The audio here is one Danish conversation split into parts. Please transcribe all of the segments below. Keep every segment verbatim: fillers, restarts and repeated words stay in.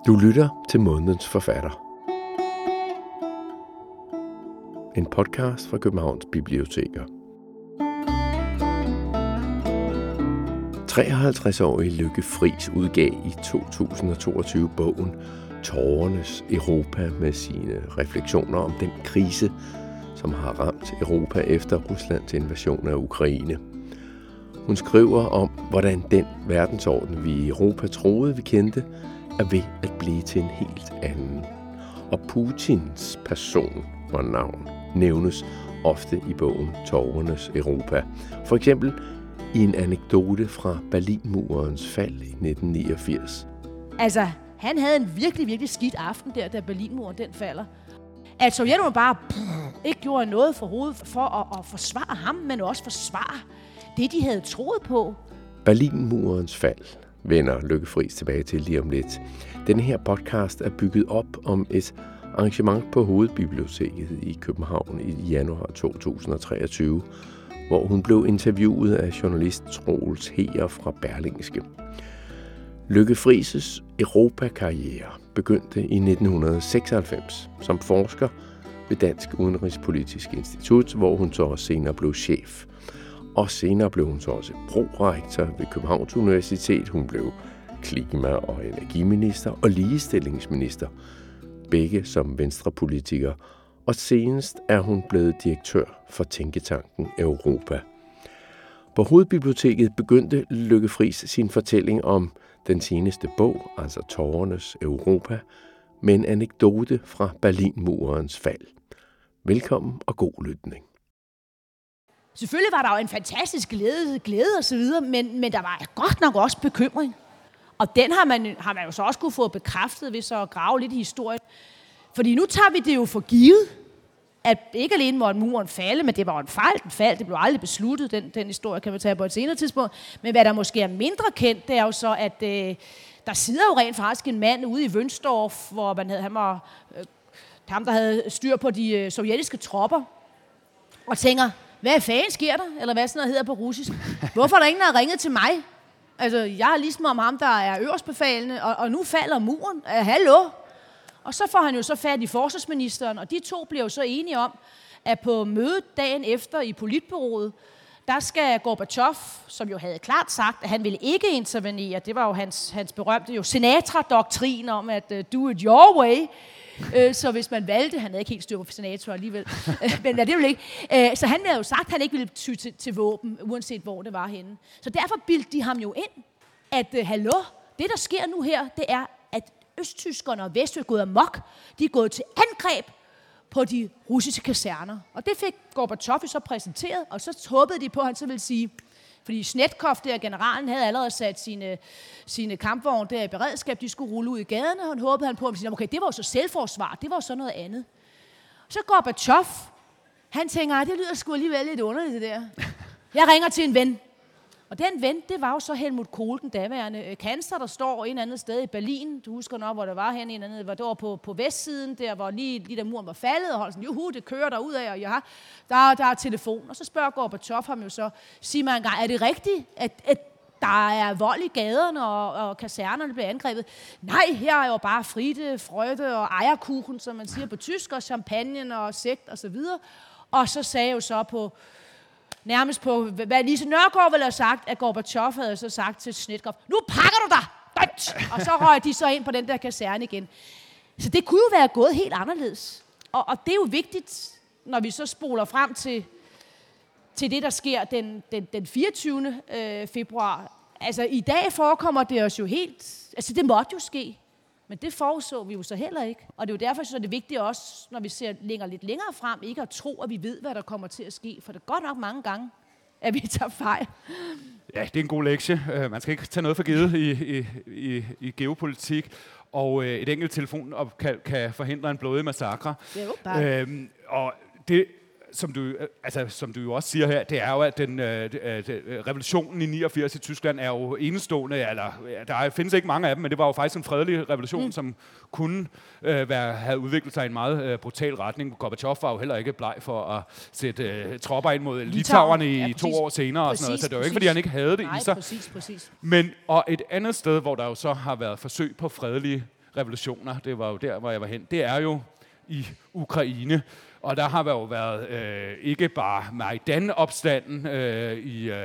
Du lytter til Månedens Forfatter. En podcast fra Københavns Biblioteker. treoghalvtreds-årige Lykke Friis udgav i to tusind og toogtyve bogen Tårernes Europa med sine refleksioner om den krise, som har ramt Europa efter Ruslands invasion af Ukraine. Hun skriver om, hvordan den verdensorden, vi i Europa troede, vi kendte, er ved at blive til en helt anden. Og Putins person og navn nævnes ofte i bogen Tårernes Europa. For eksempel i en anekdote fra Berlinmurens fald i nitten niogfirs. Altså, han havde en virkelig, virkelig skidt aften der, da Berlinmuren den falder. At Sovjetunionen bare pff, ikke gjorde noget for hovedet for at, at forsvare ham, men også forsvare det, de havde troet på. Berlinmurens fald vender Lykke Friis tilbage til lige om lidt. Denne her podcast er bygget op om et arrangement på Hovedbiblioteket i København i januar to tusind og treogtyve, hvor hun blev interviewet af journalist Troels Heger fra Berlingske. Lykke Friis' Europakarriere begyndte i nitten seksoghalvfems som forsker ved Dansk Udenrigspolitisk Institut, hvor hun så også senere blev chef. Og senere blev hun så også prorektor ved Københavns Universitet. Hun blev klima- og energiminister og ligestillingsminister, begge som venstrepolitiker. Og senest er hun blevet direktør for Tænketanken Europa. På Hovedbiblioteket begyndte Lykke Friis sin fortælling om den seneste bog, altså Tårernes Europa, med en anekdote fra Berlinmurens fald. Velkommen og god lytning. Selvfølgelig var der jo en fantastisk glæde, glæde og så videre, men, men der var godt nok også bekymring. Og den har man, har man jo så også kunne få bekræftet ved så at grave lidt i historien. Fordi nu tager vi det jo for givet, at ikke alene måtte muren falde, men det var jo en fejl, den faldt, det blev aldrig besluttet, den, den historie kan man tage på et senere tidspunkt. Men hvad der måske er mindre kendt, det er jo så, at øh, der sidder jo rent faktisk en mand ude i Wünsdorf, hvor man havde, han var øh, ham, der havde styr på de øh, sovjetiske tropper, og tænker, hvad fanden sker der? Eller hvad sådan noget hedder på russisk. Hvorfor er der ingen, der har ringet til mig? Altså, jeg er ligesom om ham, der er øverstbefalende, og, og nu falder muren. Uh, hallo? Og så får han jo så fat i forsvarsministeren, og de to bliver jo så enige om, at på mødet dagen efter i politbureauet, der skal Gorbachev, som jo havde klart sagt, at han ville ikke intervenere, det var jo hans, hans berømte jo Sinatra-doktrin om at uh, do it your way. Så hvis man valgte, han havde ikke helt styr på senator alligevel, men ja, det ville ikke. Så han havde jo sagt, at han ikke ville ty til, til våben, uanset hvor det var henne. Så derfor bildte de ham jo ind, at uh, hallo, det der sker nu her, det er, at østtyskerne og vesttyskerne er gået amok. De er gået til angreb på de russiske kaserner. Og det fik Gorbachev så præsenteret, og så håbede de på, at han så ville sige, fordi Snetkov, der generalen, havde allerede sat sine, sine kampvogne der i beredskab, de skulle rulle ud i gaderne, og han håbede han på, at sige, okay, det var jo så selvforsvar, det var jo så noget andet. Så Gorbachev, han tænker, det lyder sgu alligevel lidt underligt det der. Jeg ringer til en ven. Og den ven, det var jo så Helmut Kohl, den daværende kansler, der står en anden sted i Berlin. Du husker nok, hvor det var hen, en anden, var det var på, på vestsiden, der hvor lige, lige der muren var faldet, og holdt sådan, juhu, det kører derud af, og ja, der, der er telefon. Og så spørger Gorbachev ham jo så, sig mig engang, er det rigtigt, at, at der er vold i gaderne, og, og kasernerne bliver angrebet? Nej, her er jo bare Friede, Freude og ejerkuchen, som man siger på tysk, og champagne og sekt og så videre. Og så sagde jeg jo så på nærmest på, hvad Lise Nørgaard ville have sagt, at Gorbachev havde så sagt til Snetkov, nu pakker du dig! Og så røg de så ind på den der kaserne igen. Så det kunne jo være gået helt anderledes. Og, og det er jo vigtigt, når vi så spoler frem til, til det, der sker den, den, den fireogtyvende februar. Altså, i dag forekommer det os jo helt... Altså, det måtte jo ske. Men det forudså vi jo så heller ikke. Og det er jo derfor, så er det vigtigt også, når vi ser længere, lidt længere frem, ikke at tro, at vi ved, hvad der kommer til at ske. For det er godt nok mange gange, at vi tager fejl. Ja, det er en god lektie. Man skal ikke tage noget for givet i, i, i, i geopolitik. Og et enkelt telefonopkald kan forhindre en blodig massakre. Det er jo bare. Øhm, og det... Som du, altså, som du jo også siger her, det er jo, at den, øh, øh, revolutionen i niogfirs i Tyskland er jo enestående, eller der er, findes ikke mange af dem, men det var jo faktisk en fredelig revolution, mm. som kunne øh, være, have udviklet sig i en meget øh, brutal retning. Gorbachev var jo heller ikke bleg for at sætte øh, tropper ind mod litauerne i ja, to år senere, præcis, og sådan noget, så det var ikke, fordi han ikke havde det Nej, i sig. Præcis, præcis. Men, og et andet sted, hvor der jo så har været forsøg på fredelige revolutioner, det var jo der, hvor jeg var hen, det er jo i Ukraine. Og der har jo været øh, ikke bare Majdan-opstanden øh, i øh,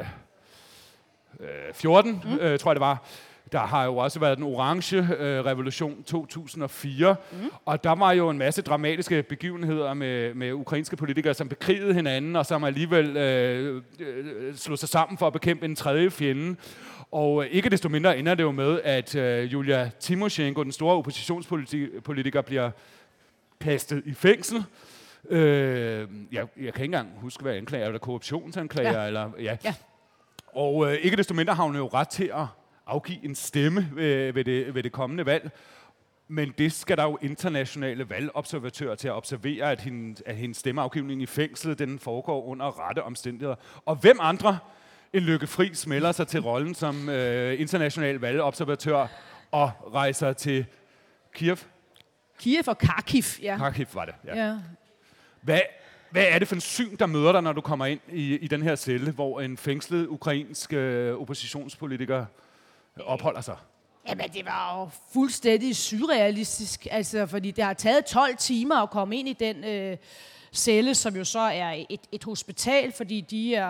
fjorten, mm. øh, tror jeg det var. Der har jo også været den orange øh, revolution to tusind og fire, mm. og der var jo en masse dramatiske begivenheder med, med ukrainske politikere, som bekrigede hinanden, og som alligevel øh, øh, slog sig sammen for at bekæmpe en tredje fjende. Og ikke desto mindre ender det jo med, at øh, Julia Timoshenko, den store oppositionspolitiker, bliver kastet i fængsel. Øh, jeg, jeg kan ikke engang huske, hvad anklager, eller korruptionsanklager, ja. eller ja. ja. Og øh, ikke desto mindre har hun jo ret til at afgive en stemme ved, ved, det, ved det kommende valg. Men det skal der jo internationale valgobservatører til at observere, at, hende, at hendes stemmeafgivning i fængslet, den foregår under rette omstændigheder. Og hvem andre end Lykke Friis melder sig til rollen som øh, international valgobservatør og rejser til Kiev? Kiev og Kharkiv, ja. Kharkiv var det, ja. ja. Hvad, hvad er det for en syn, der møder dig, når du kommer ind i, i den her celle, hvor en fængslet ukrainsk øh, oppositionspolitiker opholder sig? Jamen, det var jo fuldstændig surrealistisk, altså, fordi det har taget tolv timer at komme ind i den øh, celle, som jo så er et, et hospital, fordi de er...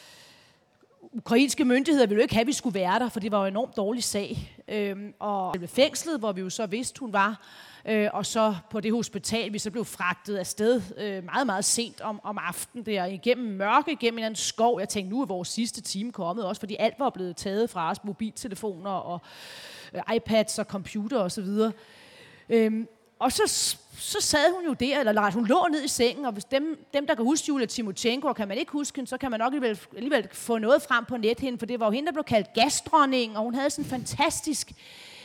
Ukrainske myndigheder ville jo ikke have, at vi skulle være der, for det var jo en enormt dårlig sag. Øhm, og det blev fængslet, hvor vi jo så vidste, hun var, øh, og så på det hospital, vi så blev fragtet afsted øh, meget, meget sent om, om aftenen der, igennem mørke, igennem en anden skov. Jeg tænkte, nu er vores sidste time kommet, også fordi alt var blevet taget fra os, mobiltelefoner og øh, iPads og computer og så videre. Øhm, og så, så sad hun jo der, eller hun lå ned i sengen, og hvis dem, dem der kan huske Julia Timoshenko, og kan man ikke huske hende, så kan man nok alligevel, alligevel få noget frem på net hende, for det var jo hende, der blev kaldt gasdronning, og hun havde sådan en fantastisk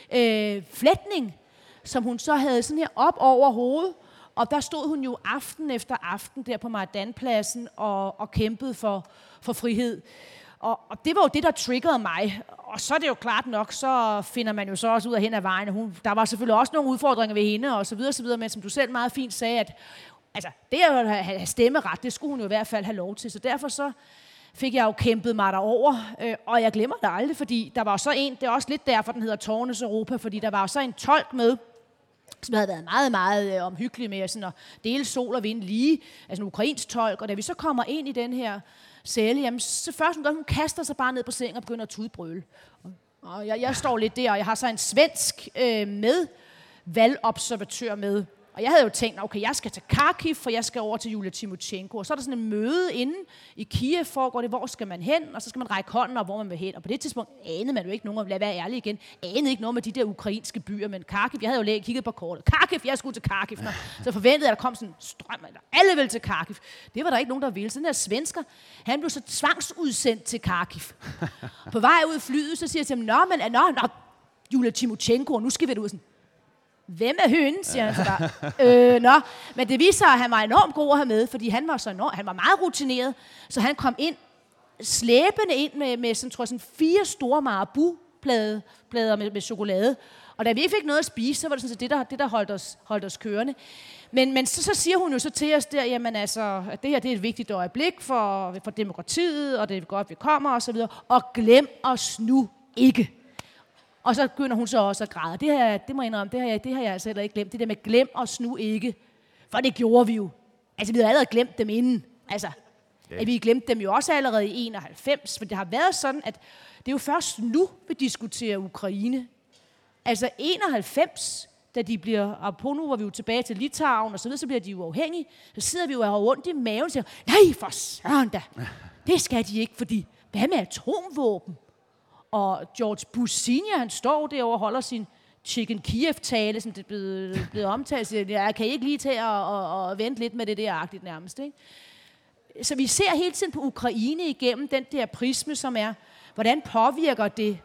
øh, flætning, som hun så havde sådan her op over hovedet, og der stod hun jo aften efter aften der på Majdanpladsen og, og kæmpede for, for frihed. Og, og det var jo det, der triggerede mig. Og så er det jo klart nok, så finder man jo så også ud af hen ad vejen. Hun, der var selvfølgelig også nogle udfordringer ved hende, og så videre, så videre, men som du selv meget fint sagde, at altså, det at have stemmeret, det skulle hun jo i hvert fald have lov til. Så derfor så fik jeg jo kæmpet mig derover, øh, og jeg glemmer det aldrig, fordi der var så en, det er også lidt derfor, den hedder Tårnes Europa, fordi der var så en tolk med, som havde været meget, meget øh, omhyggelig med sådan at dele sol og vind lige, altså en ukrainsk tolk, og da vi så kommer ind i den her celle, jamen så først hun, hun kaster sig bare ned på sengen og begynder at tudbrøle. Og jeg, jeg står lidt der, og jeg har så en svensk øh, med valgobservatør med. Og jeg havde jo tænkt, okay, jeg skal til Kharkiv, for jeg skal over til Julia Timoshenko. Og så er der sådan en møde inde i Kiev, foregår det, hvor skal man hen? Og så skal man række hånden op, hvor man vil hen. Og på det tidspunkt anede man jo ikke nogen, lad være ærlig igen, anede ikke noget med de der ukrainske byer, men Kharkiv, jeg havde jo lægt kigget på kortet. Kharkiv, jeg skulle til Kharkiv. Nå. Så forventede jeg, at der kom sådan en strøm, eller alle ville til Kharkiv. Det var der ikke nogen, der ville. Så den der svensker, han blev så tvangsudsendt til Kharkiv. På vej ud i flyet, så siger jeg til ham, nå, men, nå, nå, Julia Timoshenko, nu skal vi ud sådan. Hvem er hønen, siger han så bare. øh, nå. Men det viser sig, at han var enormt god at have med, fordi han var, så enormt, han var meget rutineret, så han kom ind, slæbende ind med, med sådan, tror jeg, sådan fire store Marabu-plader med, med chokolade. Og da vi ikke fik noget at spise, så var det sådan, det, der, det, der holdt, os, holdt os kørende. Men, men så, så siger hun jo så til os der, jamen altså, at det her det er et vigtigt øjeblik for, for demokratiet, og det er godt, at vi kommer, og så videre. Og glem os nu ikke. Og så begynder hun så også at græde. Det, her, det må jeg indrømme, det har jeg, det har jeg altså heller ikke glemt. Det der med glem os nu ikke. For det gjorde vi jo. Altså, vi havde allerede glemt dem inden. Altså, yeah. at vi glemte dem jo også allerede i enoghalvfems. For det har været sådan, at det er jo først nu, vi diskuterer Ukraine. Altså enoghalvfems, da de bliver, og på nu hvor vi jo tilbage til Litauen og så videre, så bliver de jo uafhængige. Så sidder vi jo og har ondt i maven og siger, nej for søren da. Det skal de ikke, fordi hvad med atomvåben? Og George Bush senior, han står derovre og holder sin Chicken Kiev-tale, som det er blevet, blevet omtalt. Jeg kan ikke lige tage og, og, og vente lidt med det der agtigt nærmest. Ikke? Så vi ser hele tiden på Ukraine igennem den der prisme, som er, hvordan påvirker det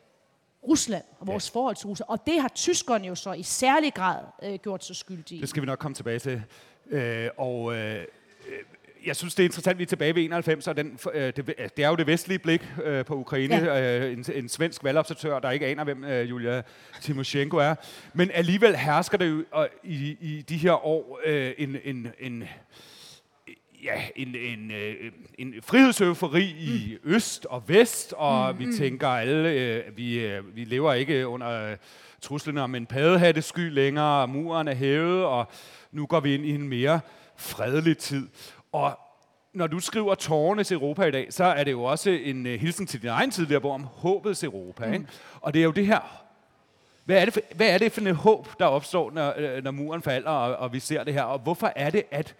Rusland og vores ja. forhold til Rusland. Og det har tyskerne jo så i særlig grad øh, gjort sig skyldige i. Det skal vi nok komme tilbage til. Øh, og... Øh Jeg synes, det er interessant, at vi er tilbage ved enoghalvfems, og den, øh, det, det er jo det vestlige blik øh, på Ukraine. Ja. Øh, en, en svensk valgobservatør, der ikke aner, hvem øh, Julia Timoshenko er. Men alligevel hersker det jo øh, i, i de her år øh, en, en, en, ja, en, en, en frihedseufori i mm. øst og vest, og mm, vi mm. tænker alle, øh, vi, øh, vi lever ikke under øh, truslen om en paddehattesky længere, muren er hævet, og nu går vi ind i en mere fredelig tid. Og når du skriver Tårernes Europa i dag, så er det jo også en uh, hilsen til din egen tidligere bog om håbets Europa. Mm. Ikke? Og det er jo det her. Hvad er det for, hvad er det for et håb, der opstår, når, når muren falder, og, og vi ser det her? Og hvorfor er det, at,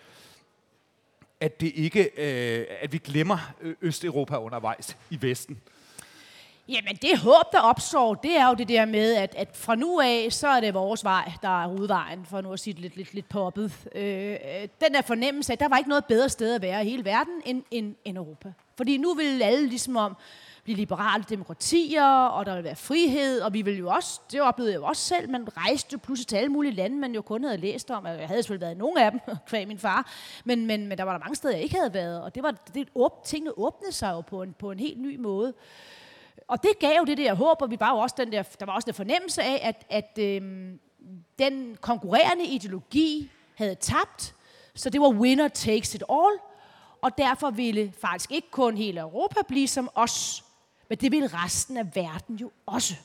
at, det ikke, øh, at vi glemmer Østeuropa undervejs i Vesten? Jamen, det håb, der opstår, det er jo det der med, at, at fra nu af, så er det vores vej, der er hovedvejen, for nu at sige det lidt, lidt, lidt poppet. Øh, den der fornemmelse af, at der var ikke noget bedre sted at være i hele verden end, end, end Europa. Fordi nu vil alle ligesom om blive liberale demokratier, og der vil være frihed, og vi vil jo også, det oplevede jeg jo også selv, man rejste jo pludselig til alle mulige lande, man jo kun havde læst om. Jeg havde selvfølgelig været i nogle af dem, kvæg min far, men, men, men der var der mange steder, jeg ikke havde været, og det var, det, åb, tingene åbnede sig jo på en, på en helt ny måde. Og det gav jo det der håb, og vi var jo også den der, der var også den fornemmelse af, at, at øhm, den konkurrerende ideologi havde tabt, så det var winner takes it all, og derfor ville faktisk ikke kun hele Europa blive som os, men det ville resten af verden jo også.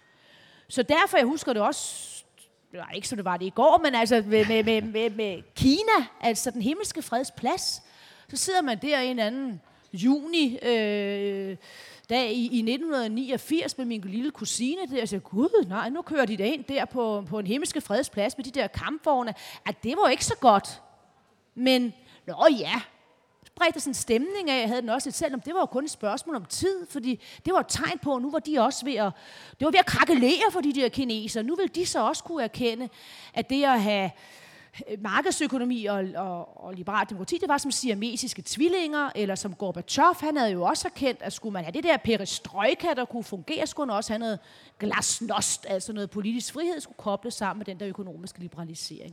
Så derfor, jeg husker det også, det var ikke så det var det i går, men altså med, med, med, med, med Kina, altså den himmelske freds plads, så sidder man der i en anden juni, øh, dag i, i nitten niogfirs med min lille kusine, der, jeg sagde, gud, nej, nu kører de der ind der på, på en himmelske fredsplads med de der kampvogne, at det var ikke så godt. Men, nå ja, spredte sådan en stemning af, jeg havde den også lidt selv, om det var jo kun et spørgsmål om tid, fordi det var et tegn på, at nu var de også ved at, det var ved at krakelere for de der kinesere. Nu ville de så også kunne erkende, at det at have markedsøkonomi og, og, og liberal demokrati, det var som siamesiske tvillinger, eller som Gorbachev, han havde jo også erkendt, at skulle man have det der perestrojka, der kunne fungere, skulle man også have noget glasnost, altså noget politisk frihed, skulle kobles sammen med den der økonomiske liberalisering.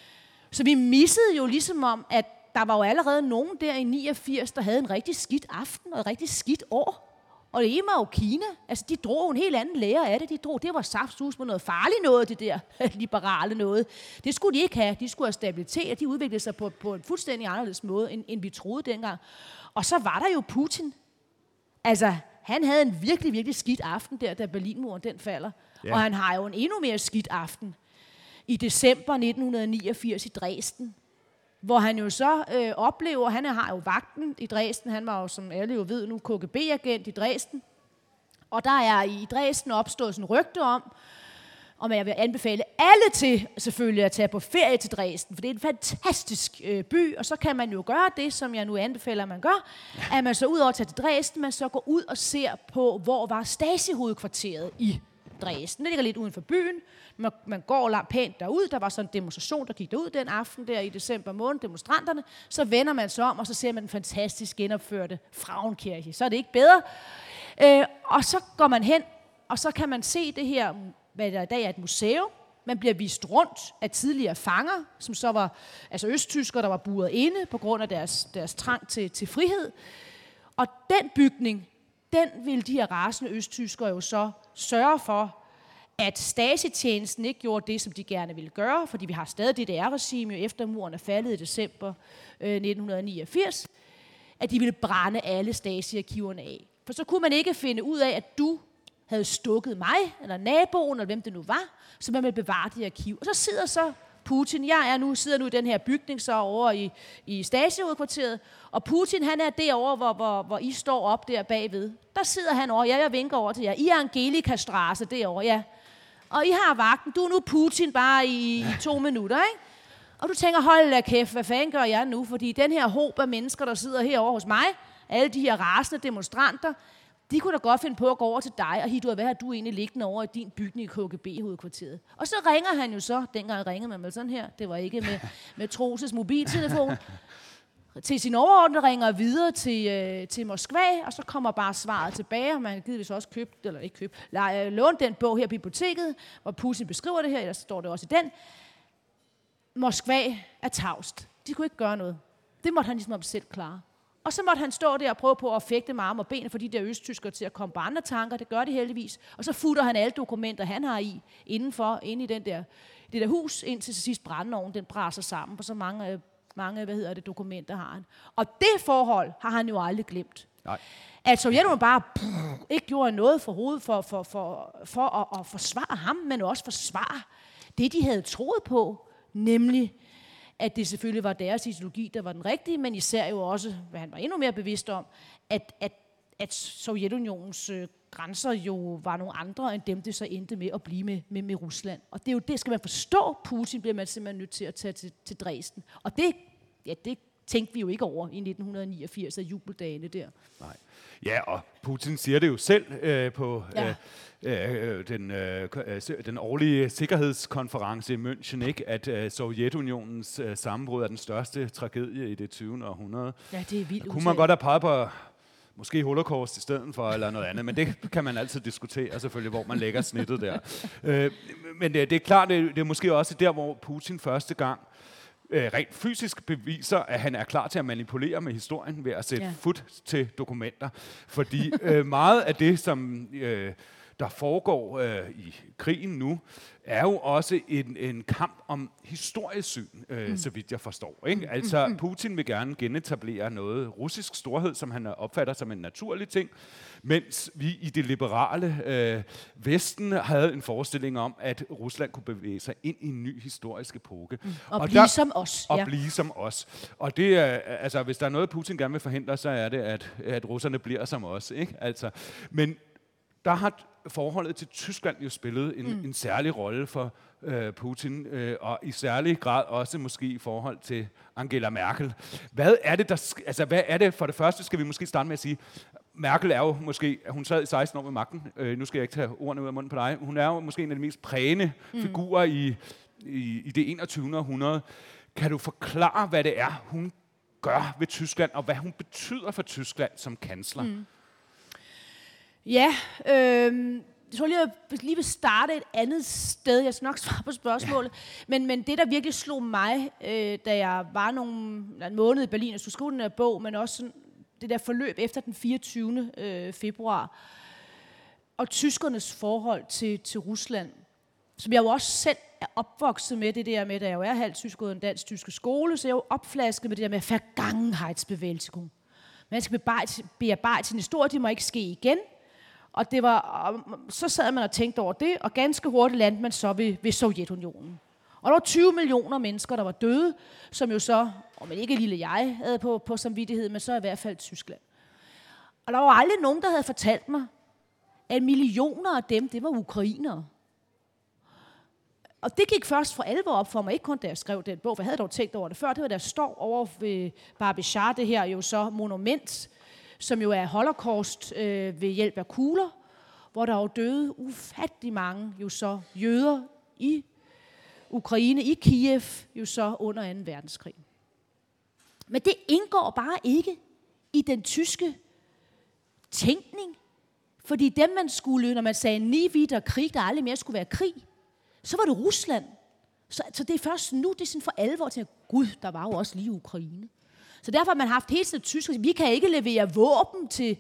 Så vi missede jo ligesom om, at der var jo allerede nogen der i niogfirs, der havde en rigtig skidt aften og et rigtig skidt år. Og det ene var jo Kina. Altså, de drog en helt anden lære af det. De drog, det var saftsus med noget farligt noget, det der liberale noget. Det skulle de ikke have. De skulle have stabilitet, og de udviklede sig på, på en fuldstændig anderledes måde, end, end vi troede dengang. Og så var der jo Putin. Altså, han havde en virkelig, virkelig skidt aften der, da Berlinmuren den falder. Ja. Og han har jo en endnu mere skidt aften i december nitten niogfirs i Dresden, hvor han jo så øh, oplever, han har jo vagten i Dresden, han var jo, som alle jo ved nu, K G B-agent i Dresden, og der er i Dresden opstået sådan en rygte om, og jeg vil anbefale alle til selvfølgelig at tage på ferie til Dresden, for det er en fantastisk øh, by, og så kan man jo gøre det, som jeg nu anbefaler, at man gør, at man så ud over at tage til Dresden, man så går ud og ser på, hvor var Stasi-hovedkvarteret i Dresden. Det ligger lidt uden for byen. Man, man går langt pænt derud. Der var sådan en demonstration, der gik derud den aften der i december måned, demonstranterne. Så vender man sig om, og så ser man den fantastisk genopførte Frauenkirche. Så er det ikke bedre. Øh, og så går man hen, og så kan man se det her, hvad der i dag er et museum. Man bliver vist rundt af tidligere fanger, som så var altså østtyskere, der var buret inde på grund af deres, deres trang til, til frihed. Og den bygning, den vil de her rasende østtyskere jo så sørge for, at Stasi-tjenesten ikke gjorde det, som de gerne ville gøre, fordi vi har stadig D D R-regime, jo efter muren er faldet i december øh, nitten niogfirs, at de ville brænde alle Stasi-arkiverne af. For så kunne man ikke finde ud af, at du havde stukket mig, eller naboen, eller hvem det nu var, så man ville bevare det arkiv. Og så sidder så Putin, jeg er nu, sidder nu i den her bygning så over i, i Stasi-hovedkvarteret, og Putin, han er derovre, hvor, hvor, hvor I står op der bagved. Der sidder han over, ja, jeg vinker over til jer. I er Angelika Strasse derovre, ja. Og I har vagten, du er nu Putin bare i, i to minutter, ikke? Og du tænker, hold da kæft, hvad fanden gør jeg nu? Fordi den her håb af mennesker, der sidder herovre hos mig, alle de her rasende demonstranter, de kunne da godt finde på at gå over til dig, og hitte, hvad har du egentlig liggende over i din bygning i K G B-hovedkvarteret? Og så ringer han jo så, dengang ringede man vel sådan her, det var ikke med, med Troses mobiltelefon, til sin overordnede ringer videre til, øh, til Moskva, og så kommer bare svaret tilbage, og man har givetvis også købt, eller ikke købt, lad, øh, lånt den bog her i biblioteket, hvor Putin beskriver det her, eller står det også i den. Moskva er tavst. De kunne ikke gøre noget. Det måtte han ligesom om selv klare. Og så måtte han stå der og prøve på at fægte med arme og ben for de der østtyskere til at komme på andre tanker. Det gør de heldigvis. Og så futter han alle dokumenter, han har i, indenfor, inde i den der, det der hus, indtil til sidst brændeovnen, den braser sammen. For så mange Mange, hvad hedder det, dokumenter har han. Og det forhold har han jo aldrig glemt. Nej. At Sovjetunionen bare pff, ikke gjorde noget for hovedet for, for, for, for at, at forsvare ham, men også forsvare det, de havde troet på, nemlig at det selvfølgelig var deres ideologi, der var den rigtige, men især jo også, hvad han var endnu mere bevidst om, at, at, at Sovjetunionens øh, grænser jo var nogle andre, end dem, det så endte med at blive med, med, med Rusland. Og det er jo det, skal man forstå, Putin bliver man simpelthen nødt til at tage til, til Dresden. Og det, ja, det tænkte vi jo ikke over i nitten niogfirs af jubeldagene der. Nej. Ja, og Putin siger det jo selv øh, på ja. øh, øh, den, øh, den årlige sikkerhedskonference i München, ikke? At øh, Sovjetunionens øh, sammenbrud er den største tragedie i det tyvende århundrede. Ja, det er vildt. Der kunne man godt have peget på måske holocaust i stedet for, eller noget andet, men det kan man altid diskutere selvfølgelig, hvor man lægger snittet der. øh, men det, det er klart, det, det er måske også der, hvor Putin første gang rent fysisk beviser, at han er klar til at manipulere med historien ved at sætte ja. fod til dokumenter. Fordi øh, meget af det, som øh, der foregår øh, i krigen nu, er jo også en, en kamp om historiesyn, øh, mm. så vidt jeg forstår. Ikke? Altså, Putin vil gerne genetablere noget russisk storhed, som han opfatter som en naturlig ting, mens vi i det liberale øh, Vesten havde en forestilling om, at Rusland kunne bevæge sig ind i en ny historisk epoke. Mm. Og, og blive der, som os. Og ja. blive som os. Og det er, altså, hvis der er noget, Putin gerne vil forhindre, så er det, at, at russerne bliver som os. Ikke? Altså, men der har forholdet til Tyskland jo spillet en, mm. en særlig rolle for øh, Putin, øh, og i særlig grad også måske i forhold til Angela Merkel. Hvad er det, der, altså hvad er det, for det første skal vi måske starte med at sige, Merkel er jo måske, hun sad i seksten år ved magten, øh, nu skal jeg ikke tage ordene ud af munden på dig, hun er jo måske en af de mest prægende mm. figurer i, i, i det enogtyvende århundrede. Kan du forklare, hvad det er, hun gør ved Tyskland, og hvad hun betyder for Tyskland som kansler? Mm. Ja, øh, jeg tror lige, jeg lige vil starte et andet sted. Jeg skal nok svare på spørgsmålet. Ja. Men, men det, der virkelig slog mig, øh, da jeg var nogle, en måned i Berlin, og skulle skrive den her bog, men også sådan, det der forløb efter den fireogtyvende Øh, februar, og tyskernes forhold til, til Rusland, som jeg jo også selv er opvokset med, det der med, da jeg jo er halvt tysk, gået en dansk-tyske skole, så jeg er jo opflasket med det der med Vergangenheitsbewältigung. Man skal bearbejde sin historie, det må ikke ske igen. Og det var, og så sad man og tænkte over det, og ganske hurtigt landte man så ved, ved Sovjetunionen. Og der var tyve millioner mennesker, der var døde, som jo så, og men ikke lille jeg havde på, på samvittighed, men så i hvert fald Tyskland. Og der var aldrig nogen, der havde fortalt mig, at millioner af dem, det var ukrainere. Og det gik først for alvor op for mig, ikke kun da jeg skrev den bog, for jeg havde dog tænkt over det før, det var der står over ved Barbizhar, det her jo så monument, som jo er holocaust øh, ved hjælp af kugler, hvor der jo døde ufattelig mange jo så jøder i Ukraine, i Kiev, jo så under anden verdenskrig. Men det indgår bare ikke i den tyske tænkning, fordi dem man skulle, når man sagde nie wieder krig, der aldrig mere skulle være krig, så var det Rusland. Så, så det er først nu, det er sådan for alvor til, at gud, der var jo også lige Ukraine. Så derfor har man haft hele tiden tysk. Vi kan ikke levere våben til,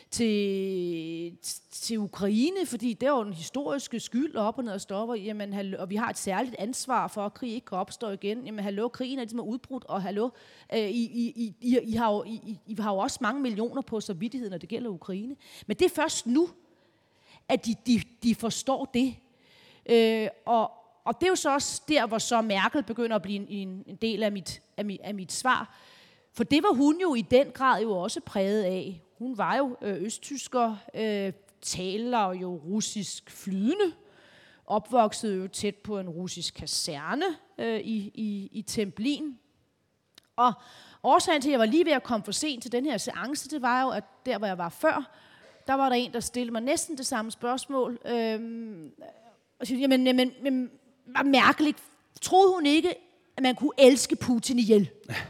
til, til Ukraine, fordi det er jo en historiske skyld op og ned og stopper. Jamen, og vi har et særligt ansvar for, at krig ikke kan opstå igen. Jamen, hallo, krigen er ligesom udbrudt, og hallo, øh, I, I, I, I, har jo, I, I har jo også mange millioner på samvittighed, når det gælder Ukraine. Men det er først nu, at de, de, de forstår det. Øh, og, og det er jo så også der, hvor så Merkel begynder at blive en, en del af mit, af, mit, af mit svar. For det var hun jo i den grad jo også præget af. Hun var jo øh, østtysker, øh, taler jo russisk flydende, opvoksede jo tæt på en russisk kaserne øh, i, i, i Templin. Og årsagen til, at jeg var lige ved at komme for sent til den her seance, det var jo, at der, hvor jeg var før, der var der en, der stillede mig næsten det samme spørgsmål. Øhm, og siger, jamen, jamen, jamen, var mærkeligt. Troede hun ikke, at man kunne elske Putin ihjel?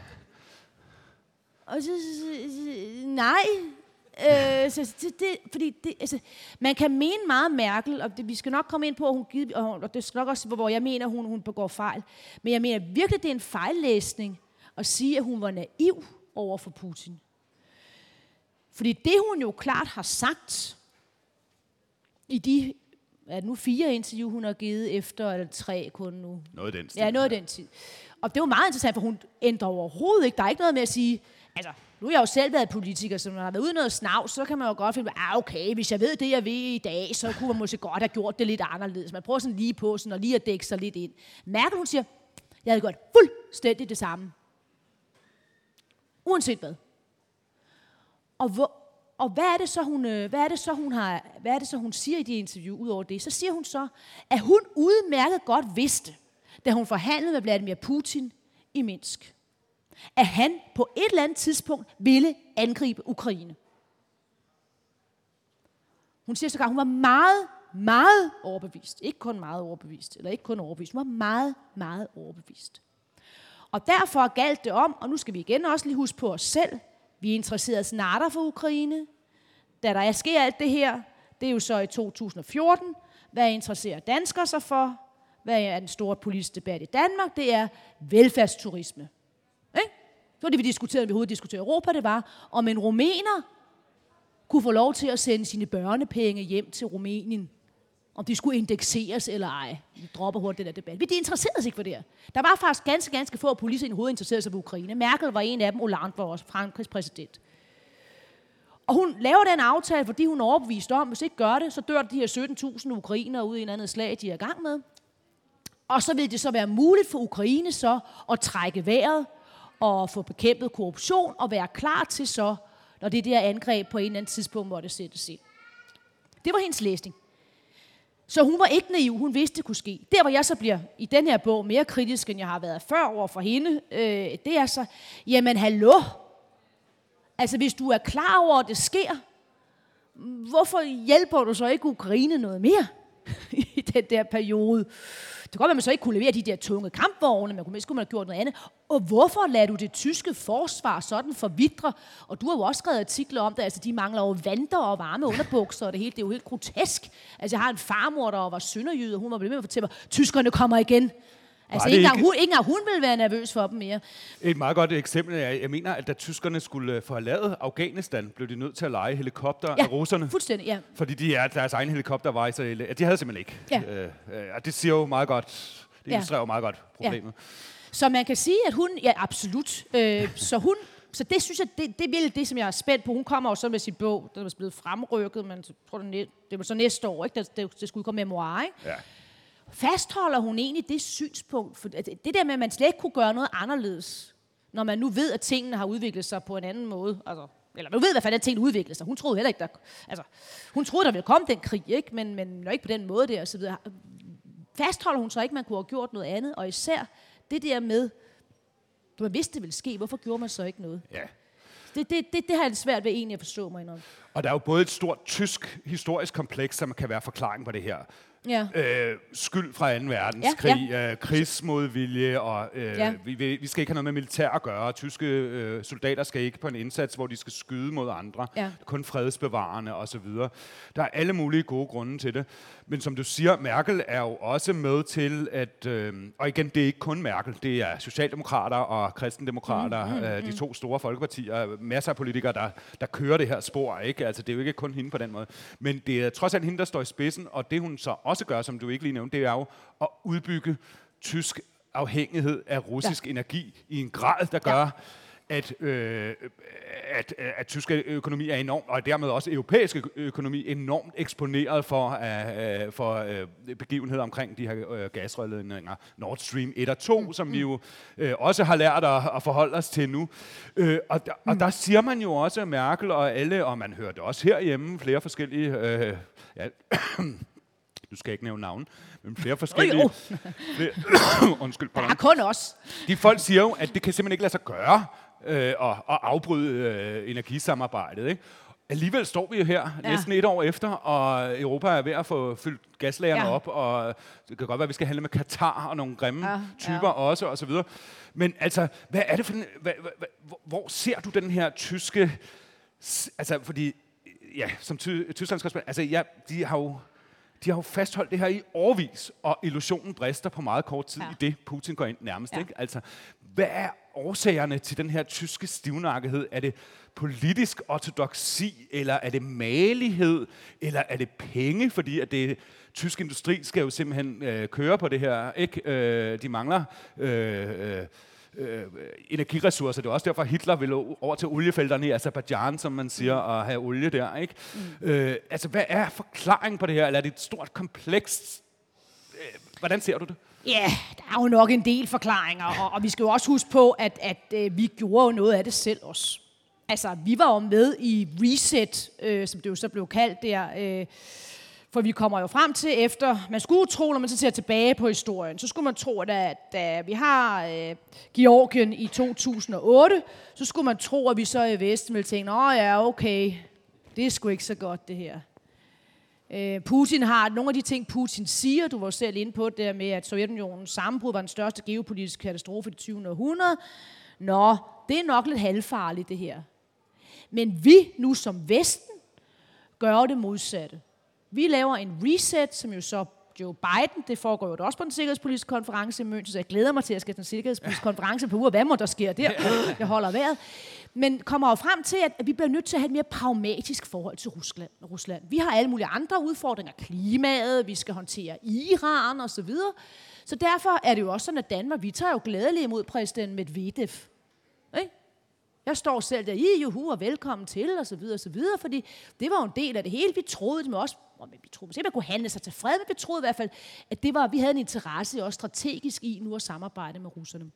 Og så, nej, øh, så det, det, fordi det, altså, man kan mene meget Merkel, og det, vi skal nok komme ind på, hun, og det skal nok også, hvor jeg mener, hun, hun begår fejl. Men jeg mener virkelig, det er en fejllæsning at sige, at hun var naiv over for Putin. Fordi det, hun jo klart har sagt i de, er det nu fire interview, hun har givet efter, eller tre kun nu? Noget af den tid. Ja, noget af den tid. Og det var meget interessant, for hun ændrer overhovedet ikke. Der er ikke noget med at sige, altså, nu har jeg jo selv været politiker, så når der har været ude noget snavs, så kan man jo godt finde, ah, okay, hvis jeg ved det, jeg ved i dag, så kunne man måske godt have gjort det lidt anderledes. Man prøver sådan lige på, sådan, og lige at dække sig lidt ind. Merkel, hun siger, jeg havde gjort fuldstændig det samme. Uanset hvad. Og, hvor, og hvad er det så hun, hvad er det så hun har, hvad er det så hun siger i det interview ud over det? Så siger hun så, at hun udmærket godt vidste, da hun forhandlede med Vladimir Putin i Minsk, at han på et eller andet tidspunkt ville angribe Ukraine. Hun siger sågar, hun var meget, meget overbevist. Ikke kun meget overbevist, eller ikke kun overbevist, hun var meget, meget overbevist. Og derfor galt det om, og nu skal vi igen også lige huske på os selv, vi er interesseret snartere for Ukraine. Da der sker alt det her, det er jo så i to tusind og fjorten, hvad interesserer danskere sig for? Hvad er den store politiske debat i Danmark? Det er velfærdsturisme. Ikke? Det var det, vi diskuterede, vi overhovedet diskuterede Europa, det var, om en rumæner kunne få lov til at sende sine børnepenge hjem til Rumænien. Om de skulle indekseres eller ej. Vi dropper hurtigt den der debat. Vi interesserede sig ikke for det her. Der var faktisk ganske, ganske få politikere i hovedet interesserede sig for Ukraine. Merkel var en af dem, Hollande var også Frankrigs præsident. Og hun laver den aftale, fordi hun er overbevist om, hvis ikke gør det, så dør de her sytten tusind ukrainere ude i en anden slag, de er i gang med. Og så vil det så være muligt for Ukraine så at trække vejret og få bekæmpet korruption og være klar til så, når det der angreb på en eller anden tidspunkt måtte sættes ind. Det var hendes læsning. Så hun var ikke naiv, hun vidste, det kunne ske. Der, hvor jeg så bliver i den her bog mere kritisk, end jeg har været før over for hende, øh, det er så, jamen hallo, altså hvis du er klar over, at det sker, hvorfor hjælper du så ikke Ukraine noget mere i den der periode? Det kan godt være, at man så ikke kunne levere de der tunge kampvogne, men skulle man have gjort noget andet. Og hvorfor lader du det tyske forsvar sådan forvidre? Og du har jo også skrevet artikler om det, altså de mangler jo vanter og varme underbukser, og det hele, det er jo helt grotesk. Altså jeg har en farmor, der var sønderjyde, og hun var blevet med at fortælle mig, tyskerne kommer igen. Altså ikke engang, hun, ikke engang hun ville være nervøs for dem mere. Et meget godt eksempel er, jeg mener, at da tyskerne skulle forlade Afghanistan, blev de nødt til at leje helikopter ja, af russerne. Fuldstændig, ja. Fordi de er, deres egen helikopter var så de havde simpelthen ikke. Ja. Øh, og det siger jo meget godt, det illustrerer jo meget godt problemet. Ja. Så man kan sige, at hun, ja absolut, øh, så hun, så det synes jeg, det, det er det, som jeg er spændt på. Hun kommer jo så med sin bog, den er blevet fremrykket, men jeg tror, det, det var så næste år, ikke? Det, det, det skulle komme memoir, ikke? Ja. Fastholder hun egentlig det synspunkt, for det der med, at man slet ikke kunne gøre noget anderledes, når man nu ved, at tingene har udviklet sig på en anden måde, altså, eller man ved, hvad fanden tingene udviklede sig. Hun troede heller ikke, der, altså, hun troede, der ville komme den krig, ikke? Men, men ikke på den måde der, og så videre. Fastholder hun så ikke, man kunne have gjort noget andet, og især det der med, man vidste, det ville ske, hvorfor gjorde man så ikke noget? Ja. Det, det, det, det har jeg svært ved egentlig at forstå mig om. Og der er jo både et stort tysk historisk kompleks, som kan være forklaring på det her. Ja. Øh, skyld fra anden verdenskrig, ja, ja. Øh, krigsmodvilje, og øh, ja. vi, vi skal ikke have noget med militær at gøre. Tyske øh, soldater skal ikke på en indsats, hvor de skal skyde mod andre. Ja. Kun fredsbevarende osv. Der er alle mulige gode grunde til det. Men som du siger, Merkel er jo også med til at, øh, og igen, det er ikke kun Merkel, det er socialdemokrater og kristendemokrater, mm, mm, øh, de mm. to store folkepartier, masser af politikere, der, der kører det her spor, ikke? Altså, det er jo ikke kun hende på den måde. Men det er trods alt hende, der står i spidsen, og det hun så også gør, som du ikke lige nævnte, det er jo at udbygge tysk afhængighed af russisk ja. energi i en grad, der gør, ja. at, øh, at, at tysk økonomi er enormt, og dermed også europæisk økonomi enormt eksponeret for, uh, for uh, begivenheder omkring de her uh, gasrørledninger, Nord Stream et og to, mm. som vi jo uh, også har lært at, at forholde os til nu. Uh, og, der, mm. og der siger man jo også, Merkel og alle, og man hører det også herhjemme, flere forskellige... Uh, ja, du skal ikke nævne navn, men flere forskellige... flere, undskyld, pardon. Der er kun os. De folk siger jo, at det kan simpelthen ikke lade sig gøre øh, at, at afbryde øh, energisamarbejdet, ikke? Alligevel står vi jo her ja. næsten et år efter, og Europa er ved at få fyldt gaslagerne ja. op, og det kan godt være, at vi skal handle med Katar og nogle grimme ja. typer ja. også, og så videre. Men altså, hvad er det for en, hvad, hvad, hvor ser du den her tyske... Altså, fordi... Ja, som ty, Tysklands altså, ja, de har jo... De har jo fastholdt det her i årevis, og illusionen brister på meget kort tid, ja. i det Putin går ind nærmest. Ja. Ikke? Altså, hvad er årsagerne til den her tyske stivnakkethed? Er det politisk ortodoksi, eller er det magelighed, eller er det penge? Fordi at det tysk industri skal jo simpelthen øh, køre på det her, ikke? Øh, de mangler øh, øh, øh, energiressourcer. Det er også derfor, Hitler ville over til oliefelterne i Aserbajdsjan, som man siger, og have olie der, ikke? Mm. Øh, altså, hvad er forklaringen på det her? Eller er det et stort, komplekst? Øh, hvordan ser du det? Ja, der er jo nok en del forklaringer, og, og vi skal jo også huske på, at, at øh, vi gjorde jo noget af det selv også. Altså, vi var jo med i Reset, øh, som det jo så blev kaldt der, øh, for vi kommer jo frem til efter, man skulle tro, når man så ser tilbage på historien, så skulle man tro, at da, da vi har øh, Georgien i to tusind og otte, så skulle man tro, at vi så i Vesten ville tænke, åh ja, okay, det er sgu ikke så godt det her. Øh, Putin har nogle af de ting, Putin siger, du var selv inde på det der med, at Sovjetunionens sammenbrud var den største geopolitiske katastrofe i det tyvende århundrede. Nå, det er nok lidt halvfarligt det her. Men vi nu som Vesten gør det modsatte. Vi laver en reset, som jo så Joe Biden, det foregår jo også på den sikkerhedspolitiske konference i München, så jeg glæder mig til at skal til den sikkerhedspolitiske konference på uger. Hvad må der sker der? Jeg holder vejret. Men kommer jo frem til, at vi bliver nødt til at have et mere pragmatisk forhold til Rusland. Rusland. Vi har alle mulige andre udfordringer. Klimaet, vi skal håndtere Iran og så videre. Så derfor er det jo også sådan, at Danmark, vi tager jo glædeligt imod præsident Medvedev. Ikke? Jeg står selv der, i juhu og velkommen til, og så videre, og så videre, fordi det var jo en del af det hele. Vi troede, det med os, og vi troede, at man kunne handle sig til fred, men vi troede i hvert fald, at det var, vi havde en interesse også strategisk i nu at samarbejde med russerne.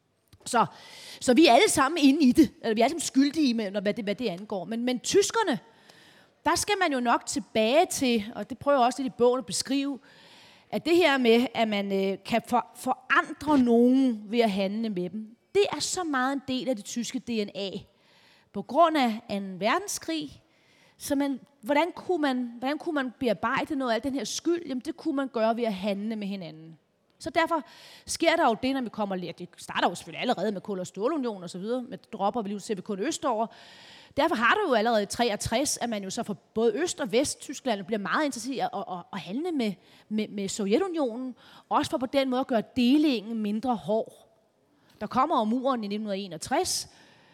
Så, så vi er alle sammen inde i det, eller vi er alle sammen skyldige med, hvad det, hvad det angår. Men, men tyskerne, der skal man jo nok tilbage til, og det prøver jeg også lidt i bogen at beskrive, at det her med, at man øh, kan for, forandre nogen ved at handle med dem, det er så meget en del af det tyske D N A. På grund af anden verdenskrig, så man, hvordan, kunne man, hvordan kunne man bearbejde noget af den her skyld? Jamen, det kunne man gøre ved at handle med hinanden. Så derfor sker der jo det, når vi kommer lidt. Det starter jo selvfølgelig allerede med kul- og stålunion og så videre, men det dropper vi lige ser vi kun østover. Derfor har du jo allerede i treogtres, at man jo så for både Øst- og Vest-Tyskland bliver meget interesseret i at, at, at handle med, med, med Sovjetunionen, også for på den måde at gøre delingen mindre hård. Der kommer jo muren i nitten enogtres,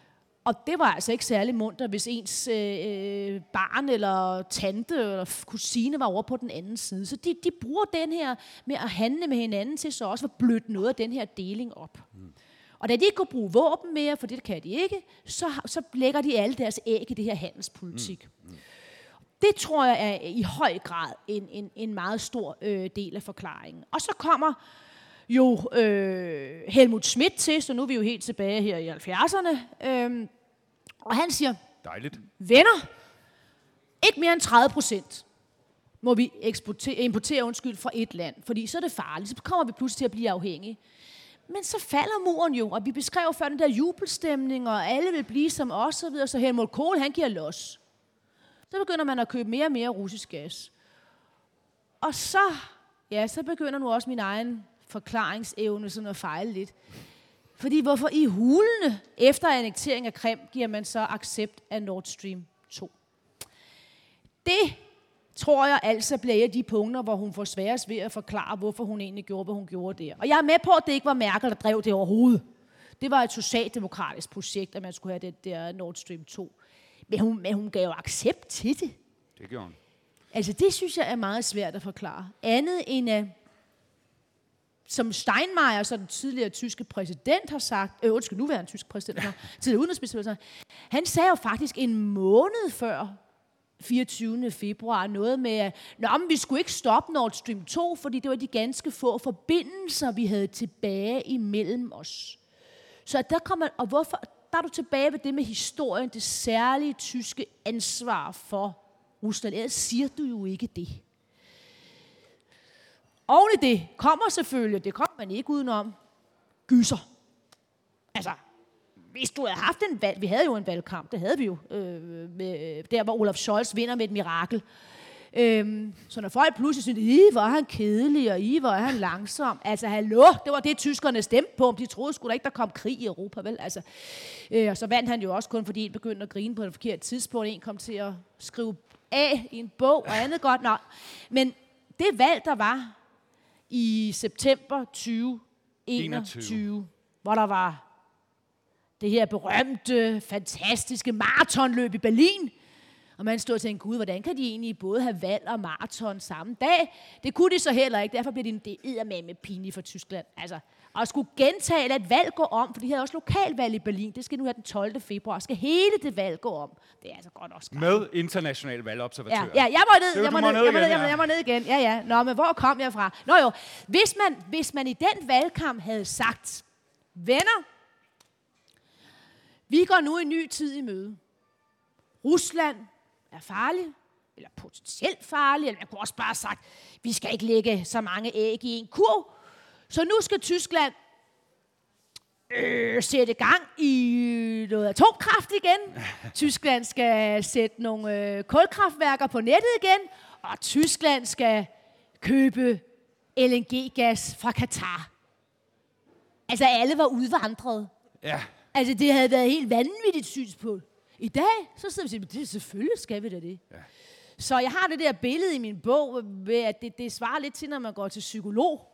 og det var altså ikke særlig munter, hvis ens øh, barn eller tante eller kusine var over på den anden side. Så de, de bruger den her med at handle med hinanden til så også at bløde noget af den her deling op. Mm. Og da de ikke kunne bruge våben mere, for det kan de ikke, så, så lægger de alle deres æg i det her handelspolitik. Mm. Mm. Det tror jeg er i høj grad en, en, en meget stor øh, del af forklaringen. Og så kommer jo øh, Helmut Schmidt til, så nu er vi jo helt tilbage her i halvfjerdserne. Øh, og han siger, dejligt. Venner, ikke mere end tredive procent må vi importere undskyld fra et land, fordi så er det farligt. Så kommer vi pludselig til at blive afhængige. Men så falder muren jo, og vi beskrev før den der jubelstemning, og alle vil blive som os, og videre, så Helmut Kohl, han giver los. Så begynder man at købe mere og mere russisk gas. Og så, ja, så begynder nu også min egen forklaringsevne sådan at fejle lidt. Fordi hvorfor i hulene efter annektering af Krim giver man så accept af Nord Stream to? Det tror jeg altså bliver et af de punkter, hvor hun får sværest ved at forklare, hvorfor hun egentlig gjorde, hvad hun gjorde der. Og jeg er med på, at det ikke var Merkel, der drev det overhovedet. Det var et socialdemokratisk projekt, at man skulle have det der Nord Stream to. Men hun, men hun gav jo accept til det. Det gjorde hun. Altså det synes jeg er meget svært at forklare. Andet end at som Steinmeier, så den tidligere tyske præsident, har sagt, øh, undskyld, nuværende tyske præsident, har, tidligere udenrigsminister, han sagde jo faktisk en måned før fireogtyvende februar noget med, at Nå, men vi skulle ikke stoppe Nord Stream to, fordi det var de ganske få forbindelser, vi havde tilbage imellem os. Så der kommer, og hvorfor, der er du tilbage ved det med historien, det særlige tyske ansvar for Rusland. Ellers siger du jo ikke det. Oven i det kommer selvfølgelig, det kommer man ikke udenom, gyser. Altså, hvis du havde haft en valg, vi havde jo en valgkamp, det havde vi jo, øh, med, der hvor Olaf Scholz vinder med et mirakel. Øhm, så når folk pludselig synes, I var han kedelig, og I var han langsom. Altså, hallo, det var det, tyskerne stemte på, om de troede sgu da ikke, der kom krig i Europa, vel? Altså, øh, og så vandt han jo også kun, fordi en begyndte at grine på et forkert tidspunkt, en kom til at skrive af i en bog, og andet godt. Nå. Men det valg, der var i september tyve enogtyve, hvor der var det her berømte, fantastiske maratonløb i Berlin. Og man stod og tænkte, gud, hvordan kan de egentlig både have valg og maraton samme dag? Det kunne de så heller ikke, derfor blev det eddermame pinligt for Tyskland. Altså, og skulle gentage, at valg går om, for de havde også lokalvalg i Berlin. Det skal nu have den tolvte februar. Skal hele det valg gå om? Det er altså godt også skræmt. Med internationale valgobservatører. Ja, ja, jeg må ned, jeg må ned, jeg må ned, jeg må ned, jeg må ned igen. Ja, ja. Nå, men hvor kom jeg fra? Nå jo, hvis man, hvis man i den valgkamp havde sagt, venner, vi går nu en ny tid i møde. Rusland er farlig, eller potentielt farlig, eller man kunne også bare have sagt, vi skal ikke lægge så mange æg i en kurv, så nu skal Tyskland øh, sætte gang i noget atomkraft igen. Tyskland skal sætte nogle øh, kulkraftværker på nettet igen, og Tyskland skal købe L N G-gas fra Katar. Altså alle var udvandret. Ja. Altså det havde været helt vanvittigt synspunkt. I dag, så sidder vi og siger, det selvfølgelig skal vi da det. Ja. Så jeg har det der billede i min bog, ved at det, det svarer lidt til, når man går til psykolog.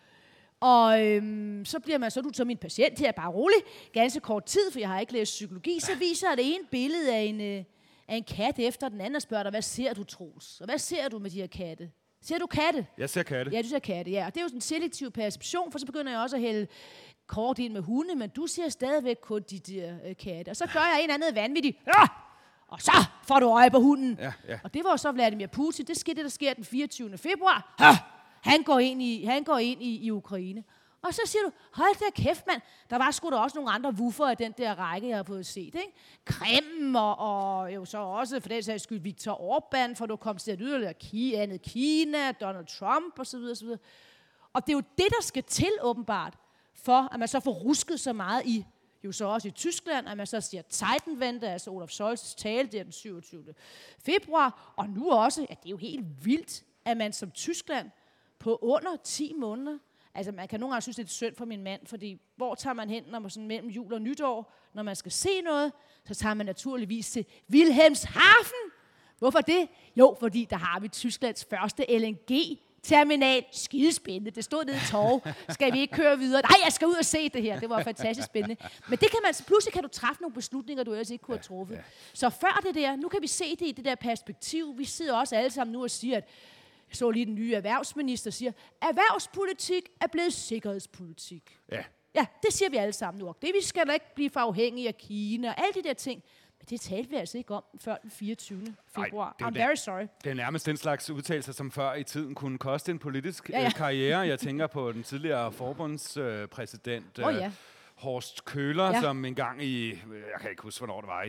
Og øhm, så bliver man så, du tager min patient her, bare rolig, ganske kort tid, for jeg har ikke læst psykologi, så viser jeg det ene billede af en, øh, af en kat efter den anden og spørger dig, hvad ser du, Troels? Og hvad ser du med de her katte? Ser du katte? Jeg ser katte. Ja, du ser katte, ja. Og det er jo sådan en selektiv perception, for så begynder jeg også at hælde kort ind med hunde, men du ser stadigvæk kun de der øh, katte. Og så gør jeg en eller anden vanvittig, ja! Og så får du øje på hunden. Ja, ja. Og det var jo så Vladimir Putin. Det skete, det der sker den fireogtyvende februar. Ja! Han går ind i, han går ind i, i Ukraine. Og så siger du, hold da kæft, mand. Der var sgu da også nogle andre woofer i den der række, jeg har fået set. Ikke? Kreml og, og jo så også, for den sags skyld, Viktor Orbán, for du kom til at yderligere Ki, andet Kina, Donald Trump osv. osv. Og det er jo det, der skal til åbenbart, for at man så får rusket så meget i, jo så også i Tyskland, at man så siger Zeitenwende, altså Olaf Scholz' tale, det er den syvogtyvende februar, og nu også, ja, det er jo helt vildt, at man som Tyskland på under ti måneder, altså man kan nogle gange synes, det er synd for min mand, fordi hvor tager man hen, når man sådan mellem jul og nytår, når man skal se noget, så tager man naturligvis til Wilhelmshaven. Hvorfor det? Jo, fordi der har vi Tysklands første L N G-terminal. Skidespændende. Det stod nede i Torv. Skal vi ikke køre videre? Nej, jeg skal ud og se det her. Det var fantastisk spændende. Men det kan man, pludselig kan du træffe nogle beslutninger, du ellers ikke kunne have truffet. Så før det der, nu kan vi se det i det der perspektiv. Vi sidder også alle sammen nu og siger, at jeg så lige den nye erhvervsminister siger, erhvervspolitik er blevet sikkerhedspolitik. Ja. Ja, det siger vi alle sammen nu. Det vi skal da ikke blive for afhængige af Kina og alle de der ting. Men det talte vi altså ikke om før den fireogtyvende februar. Ej, I'm very sorry. Det er nærmest den slags udtalelser, som før i tiden kunne koste en politisk ja, ja. karriere. Jeg tænker på den tidligere forbundspræsident oh, ja. Horst Köhler, ja. som engang i, jeg kan ikke huske, hvornår det var, i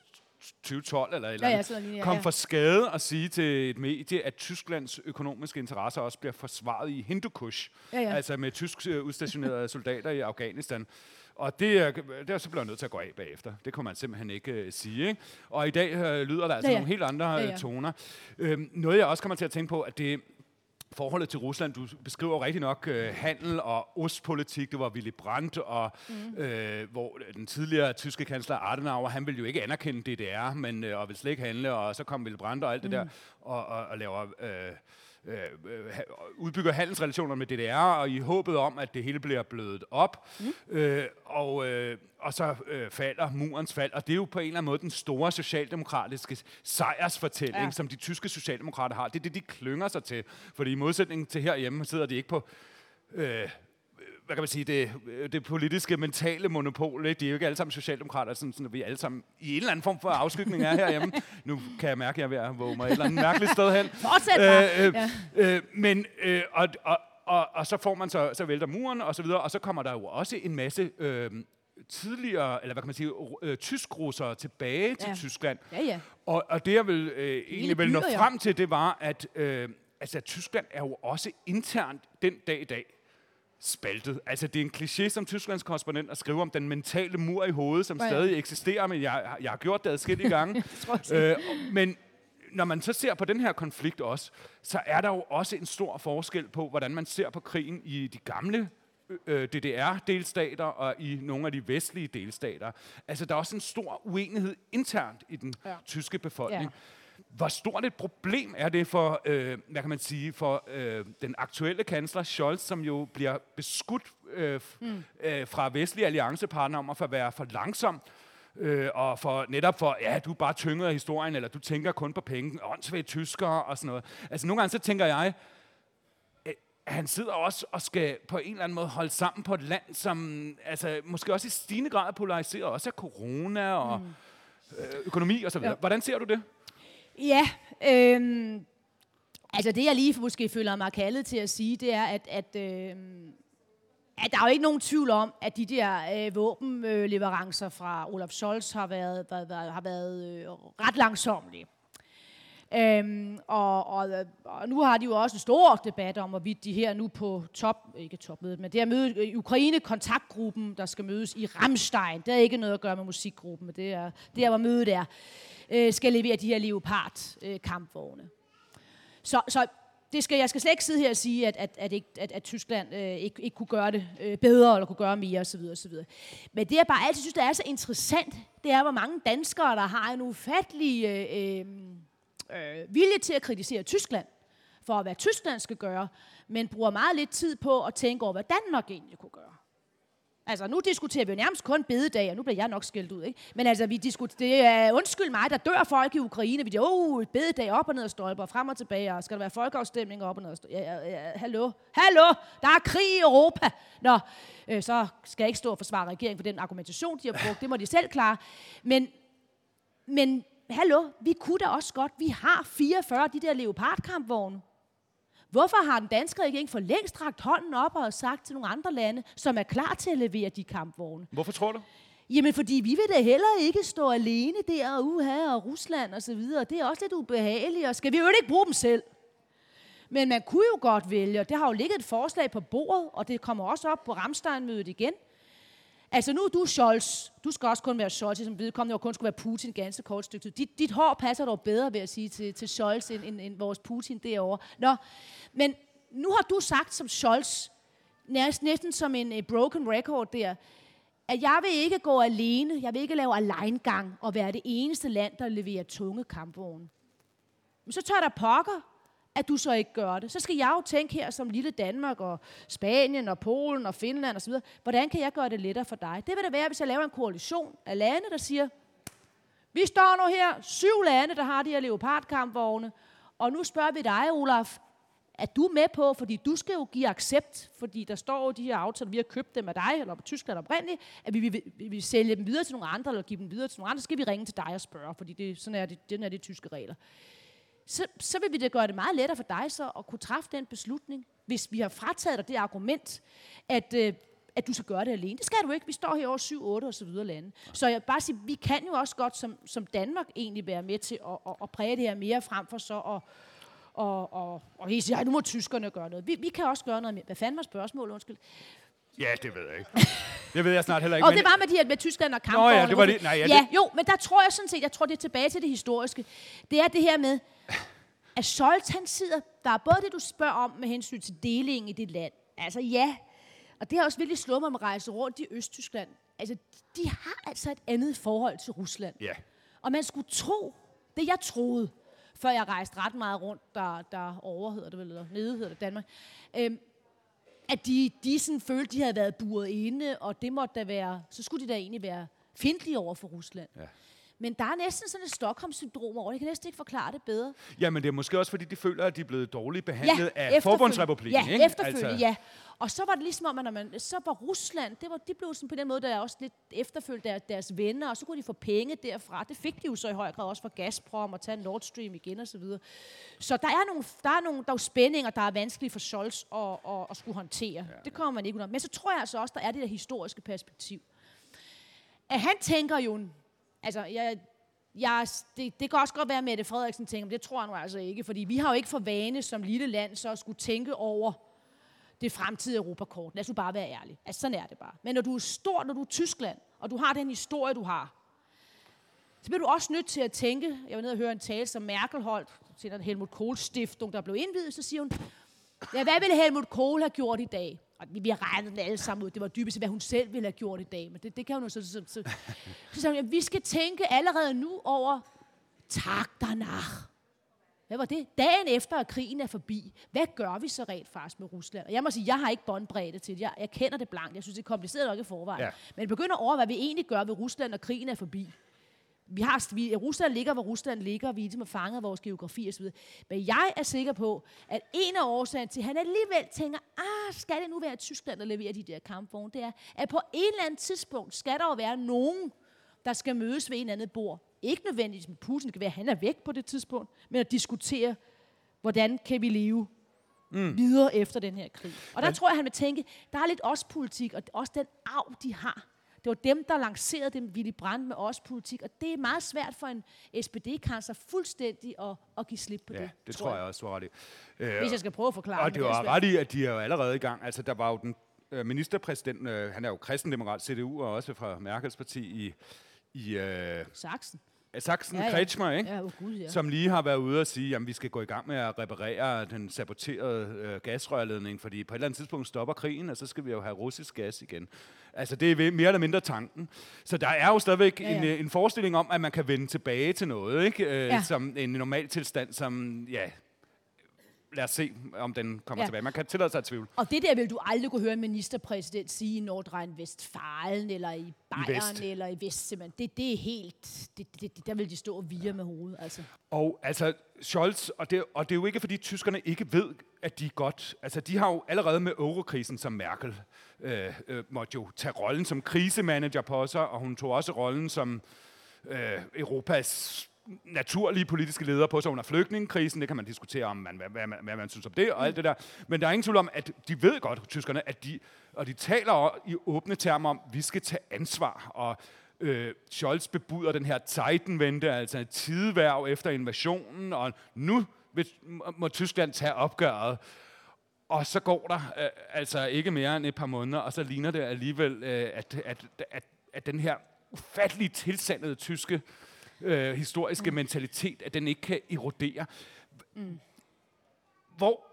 tyve tolv eller eller ja, andet, ja, lige, ja, kom ja. for skade at sige til et medie, at Tysklands økonomiske interesser også bliver forsvaret i Hindukush, ja, ja. altså med tysk udstationerede soldater i Afghanistan. Og det, det er så blevet nødt til at gå af bagefter. Det kunne man simpelthen ikke uh, sige. Ikke? Og i dag uh, lyder der altså ja, ja. nogle helt andre ja, ja. toner. Øhm, noget jeg også kommer til at tænke på, at det forholdet til Rusland, du beskriver rigtig nok øh, handel og ostpolitik, det var Willy Brandt, og mm. øh, hvor den tidligere tyske kansler Adenauer, han ville jo ikke anerkende D D R, men øh, og ville slet ikke handle, og så kom Willy Brandt og alt det mm. der, og, og, og laver... Øh, Øh, udbygger handelsrelationer med D D R, og i håbet om, at det hele bliver blødet op. Mm. Øh, og, øh, og så øh, falder murens fald, og det er jo på en eller anden måde den store socialdemokratiske sejrsfortælling, ja. som de tyske socialdemokrater har. Det er det, de klynger sig til, fordi i modsætning til herhjemme sidder de ikke på... Øh, hvad kan man sige, det, det politiske, mentale monopol, ikke? De er jo ikke alle sammen socialdemokrater, sådan, sådan, vi er alle sammen i en eller anden form for afskygning af herhjemme. Nu kan jeg mærke, at jeg er ved at våge mig et eller andet mærkeligt sted hen. Fortsæt bare. Øh, øh, ja. øh, men, øh, og, og, og, og så får man så, så vælter muren, og så videre, og så kommer der jo også en masse øh, tidligere, eller hvad kan man sige, øh, tyskrussere tilbage til ja. Tyskland. Ja, ja. Og, og det jeg vil øh, egentlig vil nå frem til, det var, at øh, altså, Tyskland er jo også internt den dag i dag spaltet. Altså, det er en kliché som Tysklands korrespondent at skrive om den mentale mur i hovedet, som ja, ja. stadig eksisterer, men jeg, jeg har gjort det adskillige gange. øh, men når man så ser på den her konflikt også, så er der jo også en stor forskel på, hvordan man ser på krigen i de gamle øh, D D R-delstater og i nogle af de vestlige delstater. Altså, der er også en stor uenighed internt i den ja. tyske befolkning. Ja. hvor stort et problem er det for, øh, hvad kan man sige, for øh, den aktuelle kansler Scholz, som jo bliver beskudt øh, mm. øh, fra vestlige alliancepartnere om at for være for langsom, øh, og for netop for, ja, du er bare tynget af historien, eller du tænker kun på penge, åndssvage tyskere og sådan noget. Altså nogle gange så tænker jeg, at han sidder også og skal på en eller anden måde holde sammen på et land, som altså, måske også i stigende grad er polariseret, også af corona og mm. øh, økonomi og så videre. Ja. Hvordan ser du det? Ja, øh, altså det jeg lige måske føler mig kaldet til at sige, det er, at, at, øh, at der er jo ikke nogen tvivl om, at de der øh, våbenleverancer fra Olaf Scholz har været, været, har været øh, ret langsommelige. Øhm, og, og, og nu har de jo også en stor debat om, hvorvidt de her nu på top, ikke topmødet, men det her møde i Ukraine-kontaktgruppen, der skal mødes i Ramstein, det er ikke noget at gøre med musikgruppen, men det er der, hvor mødet er, øh, skal levere de her Leopard-kampvogne. Øh, så, så det skal, jeg skal slet ikke sidde her og sige, at, at, at, ikke, at, at Tyskland øh, ikke, ikke kunne gøre det øh, bedre, eller kunne gøre mere osv. osv. Men det jeg bare altid synes, der er så interessant, det er, hvor mange danskere, der har en ufattelig øh, øh, Øh, vilje til at kritisere Tyskland for, hvad Tyskland skal gøre, men bruger meget lidt tid på at tænke over, hvad Danmark egentlig kunne gøre. Altså, nu diskuterer vi jo nærmest kun bededag, og nu bliver jeg nok skældt ud, ikke? Men altså, vi diskuterer, det er undskyld mig, der dør folk i Ukraine. Vi siger, åh, et bededag op og ned og stolper, frem og tilbage, og skal der være folkeafstemninger op og ned og stolper? Ja, ja, ja, hallo, hallo, der er krig i Europa. Nå, øh, så skal jeg ikke stå og forsvare regeringen for den argumentation, de har brugt. Det må de selv klare. Men, men hallo, vi kunne da også godt. Vi har fireogfyrre de der Leopard-kampvogne. Hvorfor har den danske regering for længst rakt hånden op og sagt til nogle andre lande, som er klar til at levere de kampvogne? Hvorfor tror du? Jamen, fordi vi vil da heller ikke stå alene der, og uha, og Rusland og så videre. Det er også lidt ubehageligt, og skal vi jo ikke bruge dem selv? Men man kunne jo godt vælge, og det har jo ligget et forslag på bordet, og det kommer også op på Ramstein-mødet igen. Altså nu er du Scholz. Du skal også kun være Scholz, som vedkommende, og kun skulle være Putin ganske kort stykke tid. Dit, dit hår passer dog bedre, vil jeg sige, til, til Scholz, end, end, end vores Putin derovre. Nå, men nu har du sagt som Scholz, næsten, næsten som en uh, broken record der, at jeg vil ikke gå alene, jeg vil ikke lave aleingang og være det eneste land, der leverer tunge kampvogne. Men så tør der pokker, at du så ikke gør det. Så skal jeg jo tænke her som lille Danmark og Spanien og Polen og Finland osv. Hvordan kan jeg gøre det lettere for dig? Det vil da være, hvis jeg laver en koalition af lande, der siger, vi står nu her, syv lande, der har de her Leopard-kampvogne, og nu spørger vi dig, Olaf, er du med på, fordi du skal jo give accept, fordi der står jo de her aftaler, vi har købt dem af dig, eller på Tyskland oprindeligt, at vi vil, vi vil sælge dem videre til nogle andre, eller give dem videre til nogle andre, så skal vi ringe til dig og spørge, fordi det, sådan er det, sådan er det tyske regler. Så, så vil vi da gøre det meget lettere for dig så at kunne træffe den beslutning, hvis vi har frataget dig det argument, at, øh, at du skal gøre det alene. Det skal du ikke. Vi står her over syv, otte og så videre lande. Så jeg bare sige, vi kan jo også godt som, som Danmark egentlig være med til at, at, at præge det her mere frem for så at og, og, og helt sige, nu må tyskerne gøre noget. Vi, vi kan også gøre noget mere. Hvad fanden var spørgsmålet, undskyld? Ja, det ved jeg ikke. Det ved jeg snart heller ikke. Og men det var med de her med Tyskland og kampvogne. Nå ja, det var det. Nej, ja, ja, det. Jo, men der tror jeg sådan set, jeg tror det er tilbage til det historiske. Det er det her med, at Scholz, han sidder, der er både det, du spørger om med hensyn til delingen i dit land. Altså ja, og det har også virkelig slået mig med at rejse rundt i Østtyskland. Altså, de har altså et andet forhold til Rusland. Ja. Og man skulle tro, det jeg troede, før jeg rejste ret meget rundt, der, der over hedder det vel, eller nede hedder det Danmark, øhm, at de, de sådan følte, de havde været buret inde, og det måtte da være, så skulle de da egentlig være fjendtlige over for Rusland. Ja. Men der er næsten sådan et Stockholm-syndrom over det. Jeg kan næsten ikke forklare det bedre. Ja, men det er måske også, fordi de føler, at de er blevet dårligt behandlet ja, af Forbundsrepublikken. Ja, ikke? efterfølgende, altså. Ja. Og så var det ligesom om, at når man, så var Rusland, det var, de blev sådan på den måde, der også lidt efterfølgt deres, deres venner, og så kunne de få penge derfra. Det fik de jo så i høj grad også fra Gazprom og tage Nord Stream igen og så videre. Så der er nogle, der er nogle der er spændinger, der er vanskelige for Scholz at, at, at skulle håndtere. Ja. Det kommer man ikke ud af. Men så tror jeg altså også, der er det der historiske perspektiv. At han tænker jo, altså jeg... Ja, det, det kan også godt være, at Mette Frederiksen tænker, men det tror jeg nu altså ikke, fordi vi har jo ikke for vane som lille land så at skulle tænke over det fremtidige Europakort. Lad os nu bare være ærlige. Altså, sådan er det bare. Men når du er stor, når du er Tyskland, og du har den historie, du har, så bliver du også nødt til at tænke, jeg var nede og høre en tale, som Merkel holdt til den Helmut Kohl-stiftung, der blev indviet, så siger hun, ja, hvad ville Helmut Kohl have gjort i dag? Og vi har regnet den alle sammen ud. Det var dybest set, hvad hun selv ville have gjort i dag. Men det, det kan hun jo så... Så, så, så, så ja, vi skal tænke allerede nu over tak danach. Hvad var det? Dagen efter, at krigen er forbi, hvad gør vi så rent faktisk med Rusland? Og jeg må sige, jeg har ikke båndbredde til det. Jeg, jeg kender det blankt. Jeg synes, det er kompliceret nok i forvejen. Ja. Men begynder over, hvad vi egentlig gør ved Rusland, når krigen er forbi. Vi har, vi, Rusland ligger, hvor Rusland ligger, vi er ligesom fanget vores geografi osv. Men jeg er sikker på, at en af årsagen til, at han alligevel tænker, ah, skal det nu være Tyskland, der leverer de der kampvogne, det er, at på en eller anden tidspunkt skal der jo være nogen, der skal mødes ved en anden bord. Ikke nødvendigvis med Putin, det kan være, at han er væk på det tidspunkt, men at diskutere, hvordan kan vi leve mm. videre efter den her krig. Og der men, tror jeg, han vil tænke, der er lidt os-politik, og også den arv, de har. Det var dem, der lancerede dem, Willy Brandt, med os-politik, og det er meget svært for en S P D-kansler fuldstændig at, at give slip på ja, det. det tror jeg, jeg også, du var ret i. Øh, Hvis jeg skal prøve at forklare og det. Og det var ret i, at de er jo allerede i gang. Altså, der var jo den øh, ministerpræsident, øh, han er jo kristendemokrat, C D U, og også fra Merkels parti i... i øh, Sachsen. Sachsen, ja, ja. Kretschmer, ikke? Ja, oh Gud, ja. Som lige har været ude og sige, at vi skal gå i gang med at reparere den saboterede øh, gasrørledning, fordi på et eller andet tidspunkt stopper krigen, og så skal vi jo have russisk gas igen. Altså, det er mere eller mindre tanken. Så der er jo stadigvæk ja, ja. En, en forestilling om, at man kan vende tilbage til noget, ikke? Øh, ja. Som en normal tilstand, som, ja... Lad os se, om den kommer ja. tilbage. Man kan tillade sig at tvivle. Og det der vil du aldrig kunne høre en ministerpræsident sige i Nordrhein-Westfalen, eller i Bayern, I eller i Vest. Det, det er helt... Det, det, det, der vil de stå og vire med hovedet. Altså. Og altså, Scholz, og det, og det er jo ikke, fordi tyskerne ikke ved, at de er godt... Altså, de har jo allerede med eurokrisen som Merkel, øh, øh, måtte jo tage rollen som krisemanager på sig, og hun tog også rollen som øh, Europas... naturlige politiske ledere på sig under flygtningekrisen. Det kan man diskutere om, man, hvad, hvad, hvad, hvad man synes om det og alt det der. Men der er ingen tvivl om, at de ved godt, tyskerne, at de, og de taler i åbne termer om, at vi skal tage ansvar. Og øh, Scholz bebuder den her Zeitenwende, altså et tideværv efter invasionen, og nu vil, må Tyskland tage opgøret. Og så går der øh, altså ikke mere end et par måneder, og så ligner det alligevel, øh, at, at, at, at den her ufattelige tilsandede tyske Øh, historiske mm. mentalitet, at den ikke kan erodere. Mm. Hvor,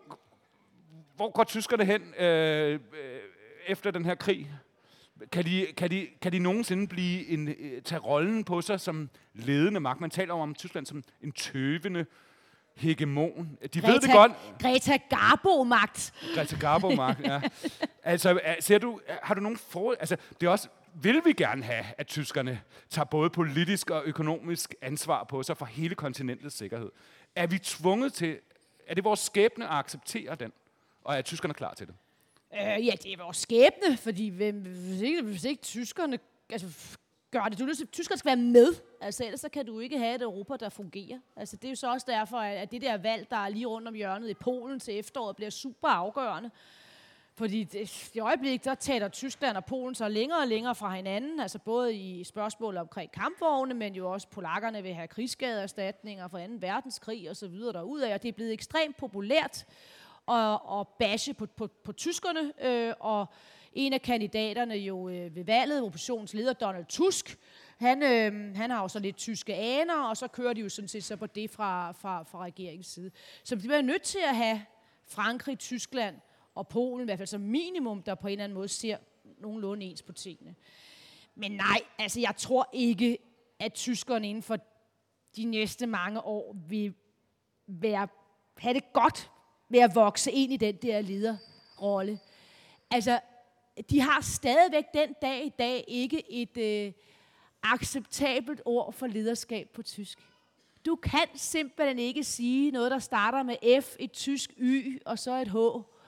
hvor går tyskerne hen øh, øh, efter den her krig? Kan de, kan de, kan de nogensinde blive en, øh, tage rollen på sig som ledende magt? Man taler om Tyskland som en tøvende hegemon. De Greta, ved det godt. Greta Garbo-magt. Greta Garbo-magt, ja. Altså, ser du, har du nogen for... Altså, det er også... Vil vi gerne have, at tyskerne tager både politisk og økonomisk ansvar på sig for hele kontinentets sikkerhed? Er vi tvunget til... Er det vores skæbne at acceptere den? Og er tyskerne klar til det? Øh, ja, det er vores skæbne, fordi hvis ikke, hvis ikke tyskerne altså, gør det, du er nødt til, tyskerne skal være med. Altså, ellers så kan du ikke have et Europa, der fungerer. Altså, det er jo så også derfor, at det der valg, der er lige rundt om hjørnet i Polen til efteråret, bliver super afgørende. Fordi det, i øjeblikket, der tager Tyskland og Polen så længere og længere fra hinanden, altså både i spørgsmål omkring kampvogne, men jo også polakkerne vil have krigsskadeerstatninger fra anden verdenskrig og så videre derudad, og det er blevet ekstremt populært at, at bashe på, på, på tyskerne, øh, og en af kandidaterne jo øh, ved valget, oppositionsleder Donald Tusk, han, øh, han har jo så lidt tyske aner, og så kører de jo sådan set så på det fra, fra, fra regeringens side. Så de bliver nødt til at have Frankrig, Tyskland og Polen, i hvert fald som minimum, der på en eller anden måde ser nogenlunde ens på tingene. Men nej, altså jeg tror ikke, at tyskerne inden for de næste mange år vil være, have det godt ved at vokse ind i den der lederrolle. Altså, de har stadigvæk den dag i dag ikke et øh, acceptabelt ord for lederskab på tysk. Du kan simpelthen ikke sige noget, der starter med F, et tysk Y og så et H.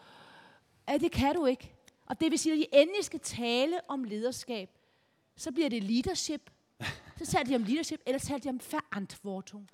Ja, det kan du ikke. Og det vil sige, at når de endelig skal tale om lederskab, så bliver det leadership. Så taler de om leadership, eller taler de om Verantwortung.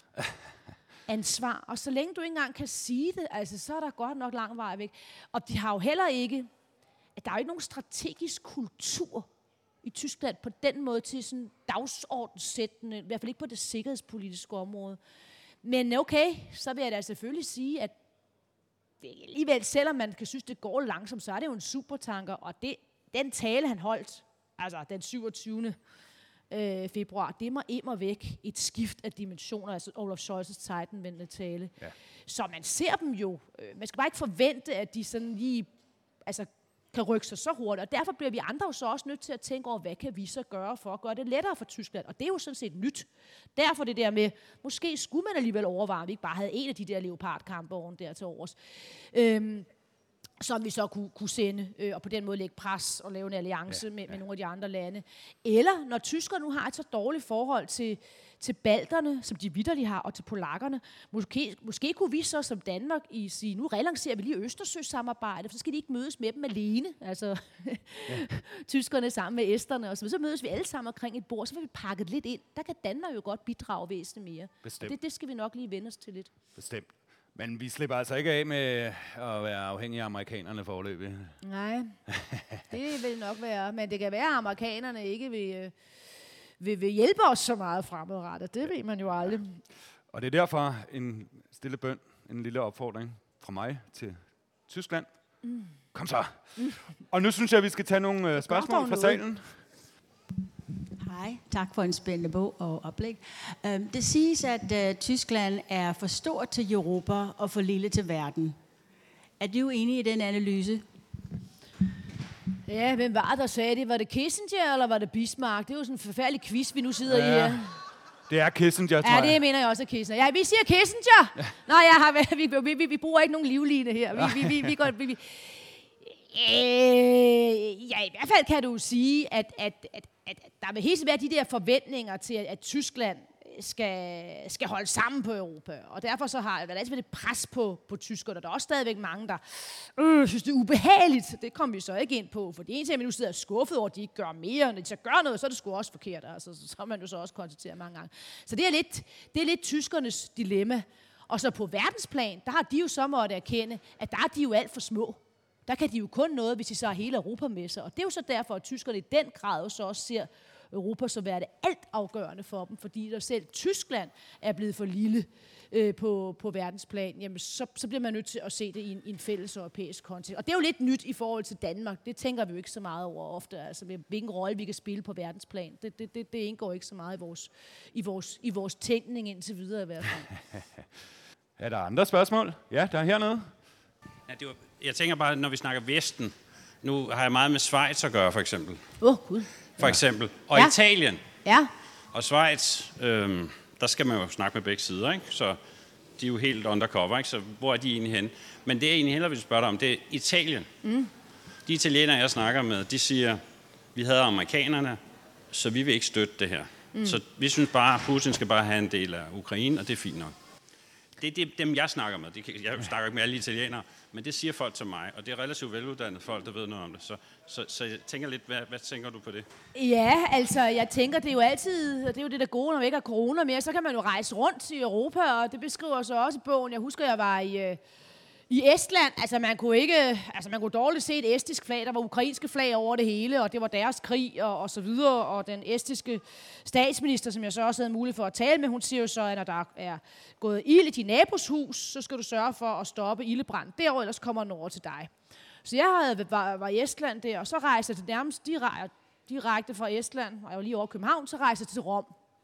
Ansvar. Og så længe du ikke engang kan sige det, altså, så er der godt nok lang vej væk. Og de har jo heller ikke, at der er jo ikke nogen strategisk kultur i Tyskland på den måde til sådan dagsordenssættende, i hvert fald ikke på det sikkerhedspolitiske område. Men okay, så vil jeg da selvfølgelig sige, at alligevel, selvom man kan synes, det går langsomt, så er det jo en supertanker, og det, den tale, han holdt, altså den syvogtyvende Øh, februar, det må immer væk et skift af dimensioner, altså Olaf Scholz's Zeitenwende tale. Ja. Så man ser dem jo, øh, man skal bare ikke forvente, at de sådan lige, altså kan rykke sig så hurtigt. Og derfor bliver vi andre jo så også nødt til at tænke over, hvad kan vi så gøre for at gøre det lettere for Tyskland. Og det er jo sådan set nyt. Derfor det der med, måske skulle man alligevel overveje, at vi ikke bare havde en af de der Leopard-kampvogne der til overs. Øhm, som vi så kunne, kunne sende, øh, og på den måde lægge pres og lave en alliance ja, med, ja. med nogle af de andre lande. Eller når tyskerne nu har et så dårligt forhold til, til balterne, som de vitterligt har, og til polakkerne, måske, måske kunne vi så som Danmark i sige, nu relancerer vi lige Østersø-samarbejdet, for så skal de ikke mødes med dem alene, altså ja. tyskerne sammen med esterne, og så, så mødes vi alle sammen omkring et bord, så får vi pakket lidt ind. Der kan Danmark jo godt bidrage væsentligt mere. Bestemt. Det, det skal vi nok lige vende os til lidt. Bestemt. Men vi slipper altså ikke af med at være afhængige af amerikanerne foreløbig. Nej, det vil nok være. Men det kan være, at amerikanerne ikke vil, vil, vil hjælpe os så meget fremadrettet. Det ved man jo aldrig. Og det er derfor en stille bøn, en lille opfordring fra mig til Tyskland. Mm. Kom så. Mm. Og nu synes jeg, at vi skal tage nogle uh, spørgsmål fra salen. Hej, tak for en spændende bog og oplæg. Um, det siges, at uh, Tyskland er for stort til Europa og for lille til verden. Er du enig i den analyse? Ja, hvem var der sagde det? Var det Kissinger, eller var det Bismarck? Det er jo sådan en forfærdelig quiz, vi nu sidder ja, i. Ja. Det er Kissinger, tror jeg. Ja, det mener jeg også er Kissinger. Ja, vi siger Kissinger! Ja. Nå, jeg har, vi, vi, vi, vi bruger ikke nogen livline her. Vi, vi, vi, vi går... Vi, vi. Øh, ja, i hvert fald kan du sige, at, at, at, at der vil helt være de der forventninger til, at, at Tyskland skal, skal holde sammen på Europa. Og derfor så har der altid været et pres på, på tyskerne. Der er også stadigvæk mange, der øh, synes, det er ubehageligt. Det kommer vi så ikke ind på. For det eneste, at vi nu sidder skuffet over, at de ikke gør mere. Når de så gør noget, så er det sgu også forkert. Altså, så har man jo så også konstateret mange gange. Så det er lidt, det er lidt tyskernes dilemma. Og så på verdensplan, der har de jo så måttet erkende, at der er de jo alt for små. Der kan de jo kun noget, hvis de så har hele Europa med sig. Og det er jo så derfor, at tyskerne i den grad så også ser Europa så være det alt afgørende for dem, fordi der selv Tyskland er blevet for lille øh, på, på verdensplan, jamen så, så bliver man nødt til at se det i en, i en fælles europæisk kontekst. Og det er jo lidt nyt i forhold til Danmark. Det tænker vi jo ikke så meget over ofte, altså med hvilken rolle vi kan spille på verdensplan. Det, det, det, det indgår ikke så meget i vores, i vores, i vores tænkning indtil videre i hvert fald. Er der andre spørgsmål? Ja, der er hernede. Ja, det var, jeg tænker bare, når vi snakker Vesten, nu har jeg meget med Schweiz at gøre, for eksempel. Åh, oh, Gud. For eksempel. Og ja. Italien. Ja. Og Schweiz, øhm, der skal man jo snakke med begge sider, ikke? Så de er jo helt undercover, ikke? Så hvor er de egentlig henne? Men det jeg egentlig hellere vil spørge dig om, det er Italien. Mm. De italienere, jeg snakker med, de siger, vi havde amerikanerne, så vi vil ikke støtte det her. Mm. Så vi synes bare, at Putin skal bare have en del af Ukraine, og det er fint nok. Det er det, dem, jeg snakker med. Jeg snakker ikke med alle italienere, men det siger folk til mig, og det er relativt veluddannede folk, der ved noget om det. Så, så, så jeg tænker lidt, hvad, hvad tænker du på det? Ja, altså, jeg tænker, det er jo altid, og det er jo det der gode, når vi ikke har corona mere, så kan man jo rejse rundt i Europa, og det beskriver så også i bogen. Jeg husker, jeg var i... Øh I Estland, altså man kunne ikke, altså man kunne dårligt se et estisk flag, der var ukrainske flag over det hele, og det var deres krig og, og så videre, og den estiske statsminister, som jeg så også havde mulighed for at tale med, hun siger jo så, at når der er gået ild i din nabos hus, så skal du sørge for at stoppe ildebrand derovre, ellers kommer den over til dig. Så jeg havde, var, var i Estland der, og så rejste jeg til nærmest direkte, direkte fra Estland, og jeg var lige over København, så rejste jeg til Rom.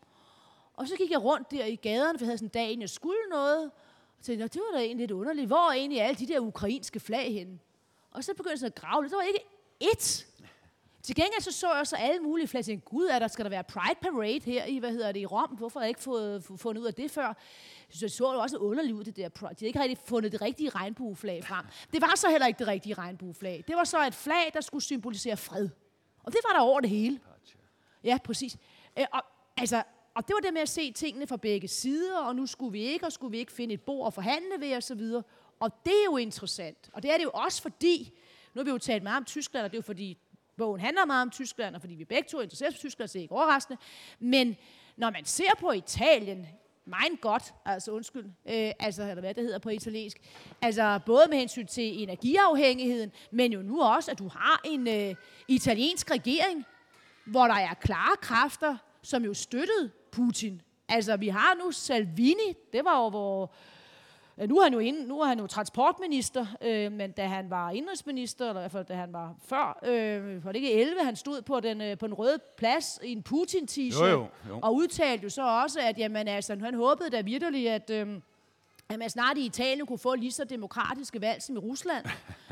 Og så gik jeg rundt der i gaderne, for jeg havde sådan en dag, inden jeg skulle noget. Og tænkte, det var da egentlig lidt underligt. Hvor er egentlig alle de der ukrainske flag henne? Og så begyndte jeg at grave lidt. Der var ikke ét. Til gengæld så så jeg så alle mulige flag. Jeg tænkte, gud, er der, skal der være Pride Parade her i, hvad hedder det, i Rom? Hvorfor har jeg ikke fået, fundet ud af det før? Så jeg så jo også underligt ud, det der Pride. De havde ikke rigtig fundet det rigtige regnbueflag frem. Det var så heller ikke det rigtige regnbueflag. Det var så et flag, der skulle symbolisere fred. Og det var der over det hele. Ja, præcis. Og, altså, Og det var det med at se tingene fra begge sider, og nu skulle vi ikke, og skulle vi ikke finde et bord og forhandle ved, og så videre. Og det er jo interessant. Og det er det jo også fordi, nu har vi jo talt meget om Tyskland, og det er jo fordi, bogen handler meget om Tyskland, og fordi vi begge to er interesseret for Tyskland, så det er ikke overraskende. Men når man ser på Italien, mein Gott, altså undskyld, øh, altså, eller hvad det hedder på italiensk, altså både med hensyn til energiafhængigheden, men jo nu også, at du har en øh, italiensk regering, hvor der er klare kræfter, som jo støttede Putin. Altså, vi har nu Salvini, det var jo, hvor... Nu er han jo, inde, nu er han jo transportminister, øh, men da han var indrigsminister, eller i hvert fald da han var før, øh, var det ikke elleve, han stod på den, øh, på den røde plads i en Putin-t-shirt, jo, jo, jo. og udtalte jo så også, at jamen, altså, han håbede da virkelig, at, øh, at man snart i Italien kunne få lige så demokratiske valg som i Rusland.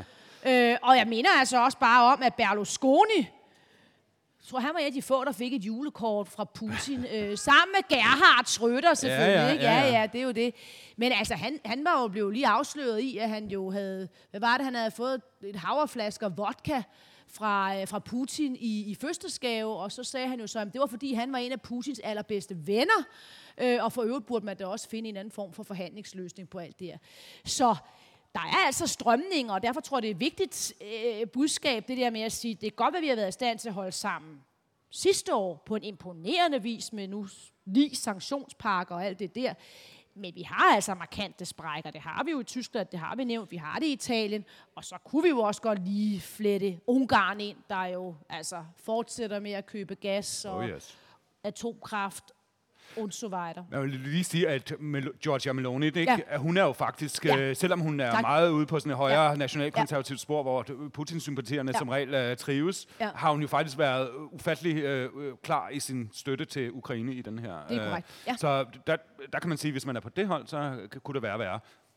Øh, og jeg mener altså også bare om, at Berlusconi, jeg tror, han var en af de få, der fik et julekort fra Putin, øh, sammen med Gerhard Schröder selvfølgelig. Ja, ja, ikke? ja, ja, ja. ja, det er jo det. Men altså, han, han var jo blevet lige afsløret i, at han jo havde, hvad var det, han havde fået et hav af flasker vodka fra, øh, fra Putin i, i fødselsdagsgave, og så sagde han jo så, at det var fordi, han var en af Putins allerbedste venner, øh, og for øvrigt burde man da også finde en anden form for forhandlingsløsning på alt det her. Så der er altså strømninger, og derfor tror jeg, det er et vigtigt øh, budskab, det der med at sige, det er godt, at vi har været i stand til at holde sammen sidste år på en imponerende vis med nu ni sanktionspakker og alt det der. Men vi har altså markante sprækker. Det har vi jo i Tyskland, det har vi nævnt, vi har det i Italien, og så kunne vi jo også godt lige flette Ungarn ind, der jo altså fortsætter med at købe gas og Oh yes. atomkraft und so weiter. Jeg vil lige sige, at Mel- Giorgia Meloni, ikke? Ja. At hun er jo faktisk, Ja. øh, selvom hun er Tak. meget ude på sådan et højere Ja. nationalkonservativt spor, hvor Putin-sympatierne Ja. som regel øh, trives, Ja. har hun jo faktisk været ufattelig øh, øh, klar i sin støtte til Ukraine i den her. Det er korrekt, ja. Så der, der kan man sige, at hvis man er på det hold, så kunne det være værre.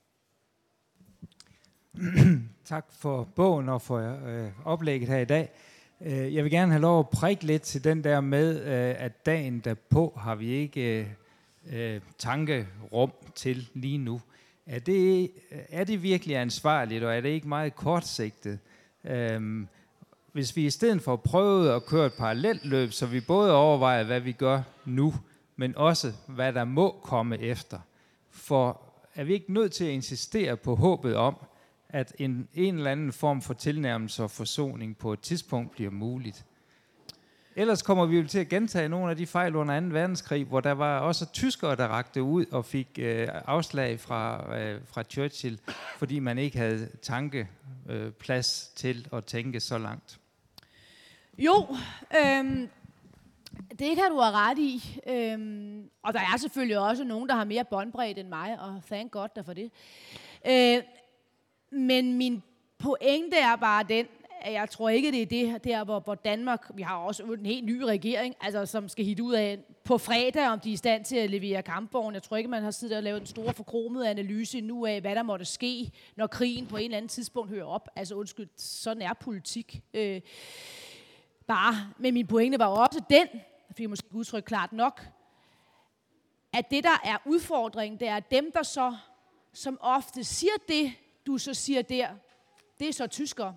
Tak for bogen og for øh, oplægget her i dag. Øh, jeg vil gerne have lov at prikke lidt til den der med, øh, at dagen derpå har vi ikke øh, tankerum til lige nu. Er det, er det virkelig ansvarligt, og er det ikke meget kortsigtet? Øh, hvis vi i stedet for prøvede at køre et parallelt løb, så vi både overvejer, hvad vi gør nu, men også, hvad der må komme efter. For er vi ikke nødt til at insistere på håbet om, at en, en eller anden form for tilnærmelse og forsoning på et tidspunkt bliver muligt? Ellers kommer vi jo til at gentage nogle af de fejl under anden verdenskrig, hvor der var også tyskere, der rakte ud og fik øh, afslag fra, øh, fra Churchill, fordi man ikke havde tankeplads øh, til at tænke så langt. Jo, øhm, det kan du have ret i. Øhm, og der er selvfølgelig også nogen, der har mere båndbredde end mig, og thank God der for det. Øh, men min pointe er bare den, at jeg tror ikke, det er det der, hvor, hvor Danmark, vi har også en helt ny regering, altså, som skal hitte ud af på fredag, om de er i stand til at levere kampvogn. Jeg tror ikke, man har siddet og lavet en stor forkromede analyse nu af, hvad der måtte ske, når krigen på en eller anden tidspunkt hører op. Altså undskyld, sådan er politik. Øh, bare, men min pointe var jo også den, jeg fik måske udtrykt klart nok, at det, der er udfordringen, det er dem, der så, som ofte siger det, du så siger der, det er så tyskere.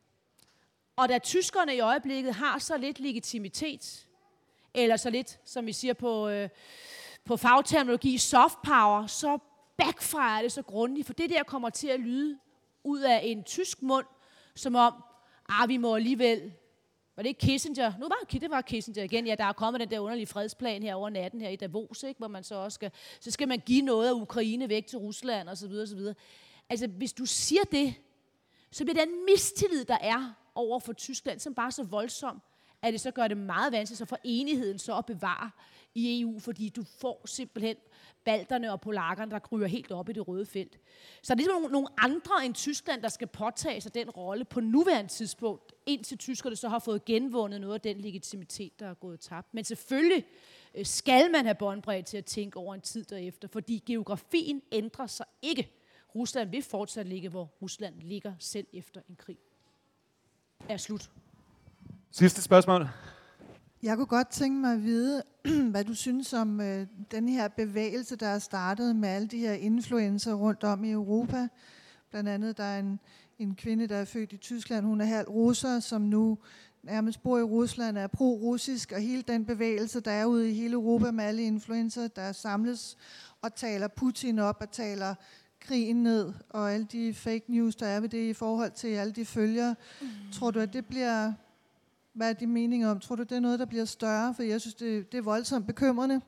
Og da tyskerne i øjeblikket har så lidt legitimitet, eller så lidt, som vi siger på, øh, på fagterminologi, soft power, så backfire det så grundigt, for det der kommer til at lyde ud af en tysk mund, som om, ah, vi må alligevel, var det ikke Kissinger? Nu var det var Kissinger igen. Ja, der er kommet den der underlige fredsplan her over natten her i Davos, ikke? Hvor man så også skal, så skal man give noget af Ukraine væk til Rusland og så videre, og så videre. Altså, hvis du siger det, så bliver den mistillid, der er over for Tyskland, som bare er så voldsom, at det så gør det meget vanskeligt så for enigheden så at bevare i E U, fordi du får simpelthen balterne og polakkerne, der kryger helt op i det røde felt. Så det er ligesom nogle andre end Tyskland, der skal påtage sig den rolle på nuværende tidspunkt, indtil tyskerne så har fået genvundet noget af den legitimitet, der er gået tabt. Men selvfølgelig skal man have båndbredde til at tænke over en tid derefter, fordi geografien ændrer sig ikke. Rusland vil fortsat ligge, hvor Rusland ligger selv efter en krig. Er slut. Sidste spørgsmål. Jeg kunne godt tænke mig at vide, hvad du synes om øh, den her bevægelse, der er startet med alle de her influencer rundt om i Europa. Blandt andet der er en, en kvinde, der er født i Tyskland. Hun er halv russer, som nu nærmest bor i Rusland, er pro-russisk. Og hele den bevægelse, der er ude i hele Europa med alle influencer, der samles og taler Putin op og taler krigen ned, og alle de fake news, der er ved det i forhold til alle de følgere. Mm. Tror du, at det bliver... Hvad er din mening om? Tror du, det er noget, der bliver større? For jeg synes, det, det er voldsomt bekymrende.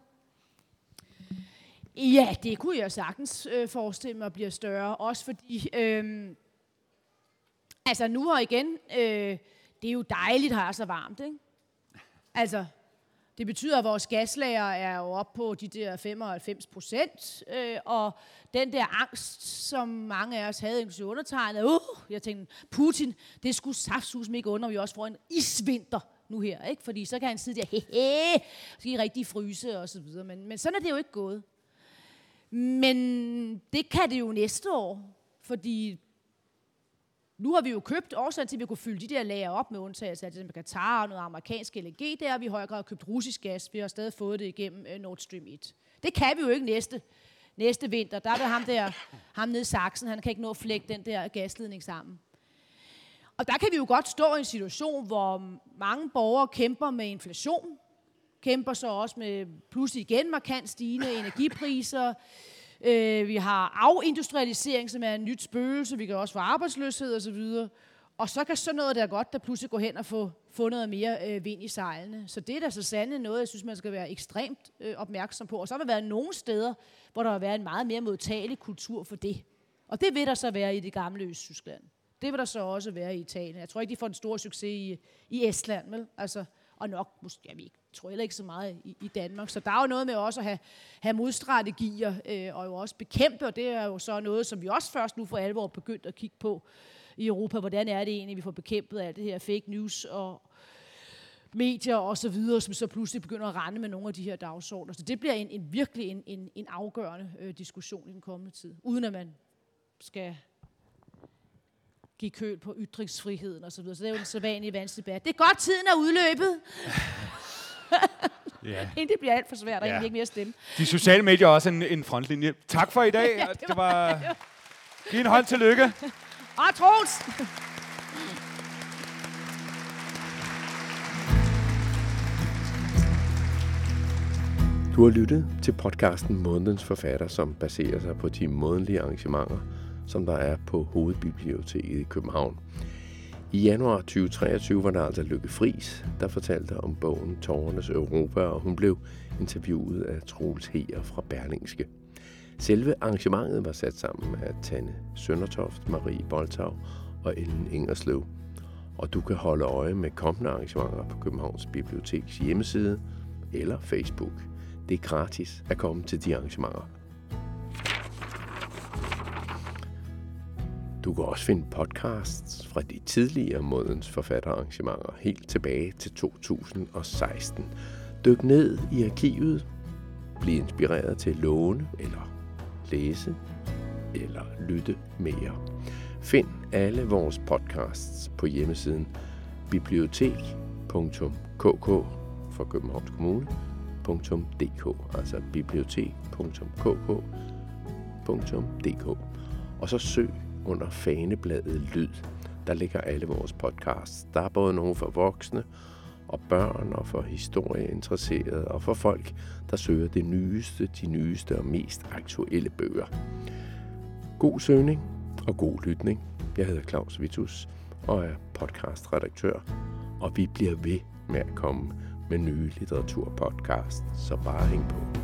Ja, det kunne jeg sagtens øh, forestille mig bliver større. Også fordi... Øh, altså nu og igen, øh, det er jo dejligt, har så varmt, ikke? Altså... Det betyder, at vores gaslager er jo oppe på de der femoghalvfems procent, øh, og den der angst, som mange af os havde, inklusive undertegnet, uh, jeg tænkte, Putin, det skulle saftsusme ikke under, vi også får en isvinter nu her, ikke? Fordi så kan han sidde der, hehe, så kan I rigtig fryse og så videre, men, men sådan er det jo ikke gået. Men det kan det jo næste år, fordi nu har vi jo købt årsagen til, at vi kunne fylde de der lager op med undtagelse af det med Katar og noget amerikansk L N G. Der har vi i høj grad købt russisk gas. Vi har stadig fået det igennem uh, Nord Stream et. Det kan vi jo ikke næste, næste vinter. Der er det ham der, ham nede i Sachsen, han kan ikke nå at flække den der gasledning sammen. Og der kan vi jo godt stå i en situation, hvor mange borgere kæmper med inflation, kæmper så også med pludselig igen markant stigende energipriser. Øh, vi har afindustrialisering, som er en nyt spøgelse. Vi kan også få arbejdsløshed osv. Og så kan sådan noget der godt, der pludselig gå hen og få, få noget mere øh, vind i sejlene. Så det er da så sandelig noget, jeg synes, man skal være ekstremt øh, opmærksom på. Og så vil der være nogle steder, hvor der vil være en meget mere modtagelig kultur for det. Og det vil der så være i det gamle Østtyskland. Det vil der så også være i Italien. Jeg tror ikke, de får en stor succes i, i Estland, vel? Altså, og nok, jeg ved, tror heller ikke så meget i, i Danmark. Så der er jo noget med også at have, have modstrategier, øh, og jo også bekæmpe, og det er jo så noget, som vi også først nu for alvor begyndt at kigge på i Europa. Hvordan er det egentlig, vi får bekæmpet alt det her fake news og medier og så videre, som så pludselig begynder at rende med nogle af de her dagsordner. Så det bliver en, en virkelig en, en, en afgørende øh, diskussion i den kommende tid, uden at man skal give køl på ytringsfriheden og så videre. Så det er jo en sædvanlig vanskelig debat. Det er godt, tiden er udløbet. Ja. Inden det bliver alt for svært, og ja. Egentlig ikke mere stemme. De sociale medier er også en, en frontlinje. Tak for i dag. Ja, det, det var... Giv en hånd til lykke. Og Troels! Du har lyttet til podcasten Månedens Forfatter, som baserer sig på de månedlige arrangementer, som der er på Hovedbiblioteket i København. I januar tyve treogtyve var der altså Lykke Friis, der fortalte om bogen Tårernes Europa, og hun blev interviewet af Troels Heger fra Berlingske. Selve arrangementet var sat sammen af Tanne Søndertoft, Marie Boltau og Ellen Ingerslev. Og du kan holde øje med kommende arrangementer på Københavns Biblioteks hjemmeside eller Facebook. Det er gratis at komme til de arrangementer. Du kan også finde podcasts fra de tidligere Månedens Forfatterarrangementer helt tilbage til to tusind og seksten. Dyk ned i arkivet, bliv inspireret til at låne eller læse eller lytte mere. Find alle vores podcasts på hjemmesiden bibliotek punktum k k for Københavns Kommune .dk, altså bibliotek punktum k k punktum d k. Og så søg under fanebladet Lyd. Der ligger alle vores podcasts. Der er både nogle for voksne og børn og for historieinteresserede og for folk, der søger det nyeste, de nyeste og mest aktuelle bøger. God søgning og god lytning. Jeg hedder Claus Vitus og er podcastredaktør, og vi bliver ved med at komme med nye litteraturpodcasts, så bare hæng på.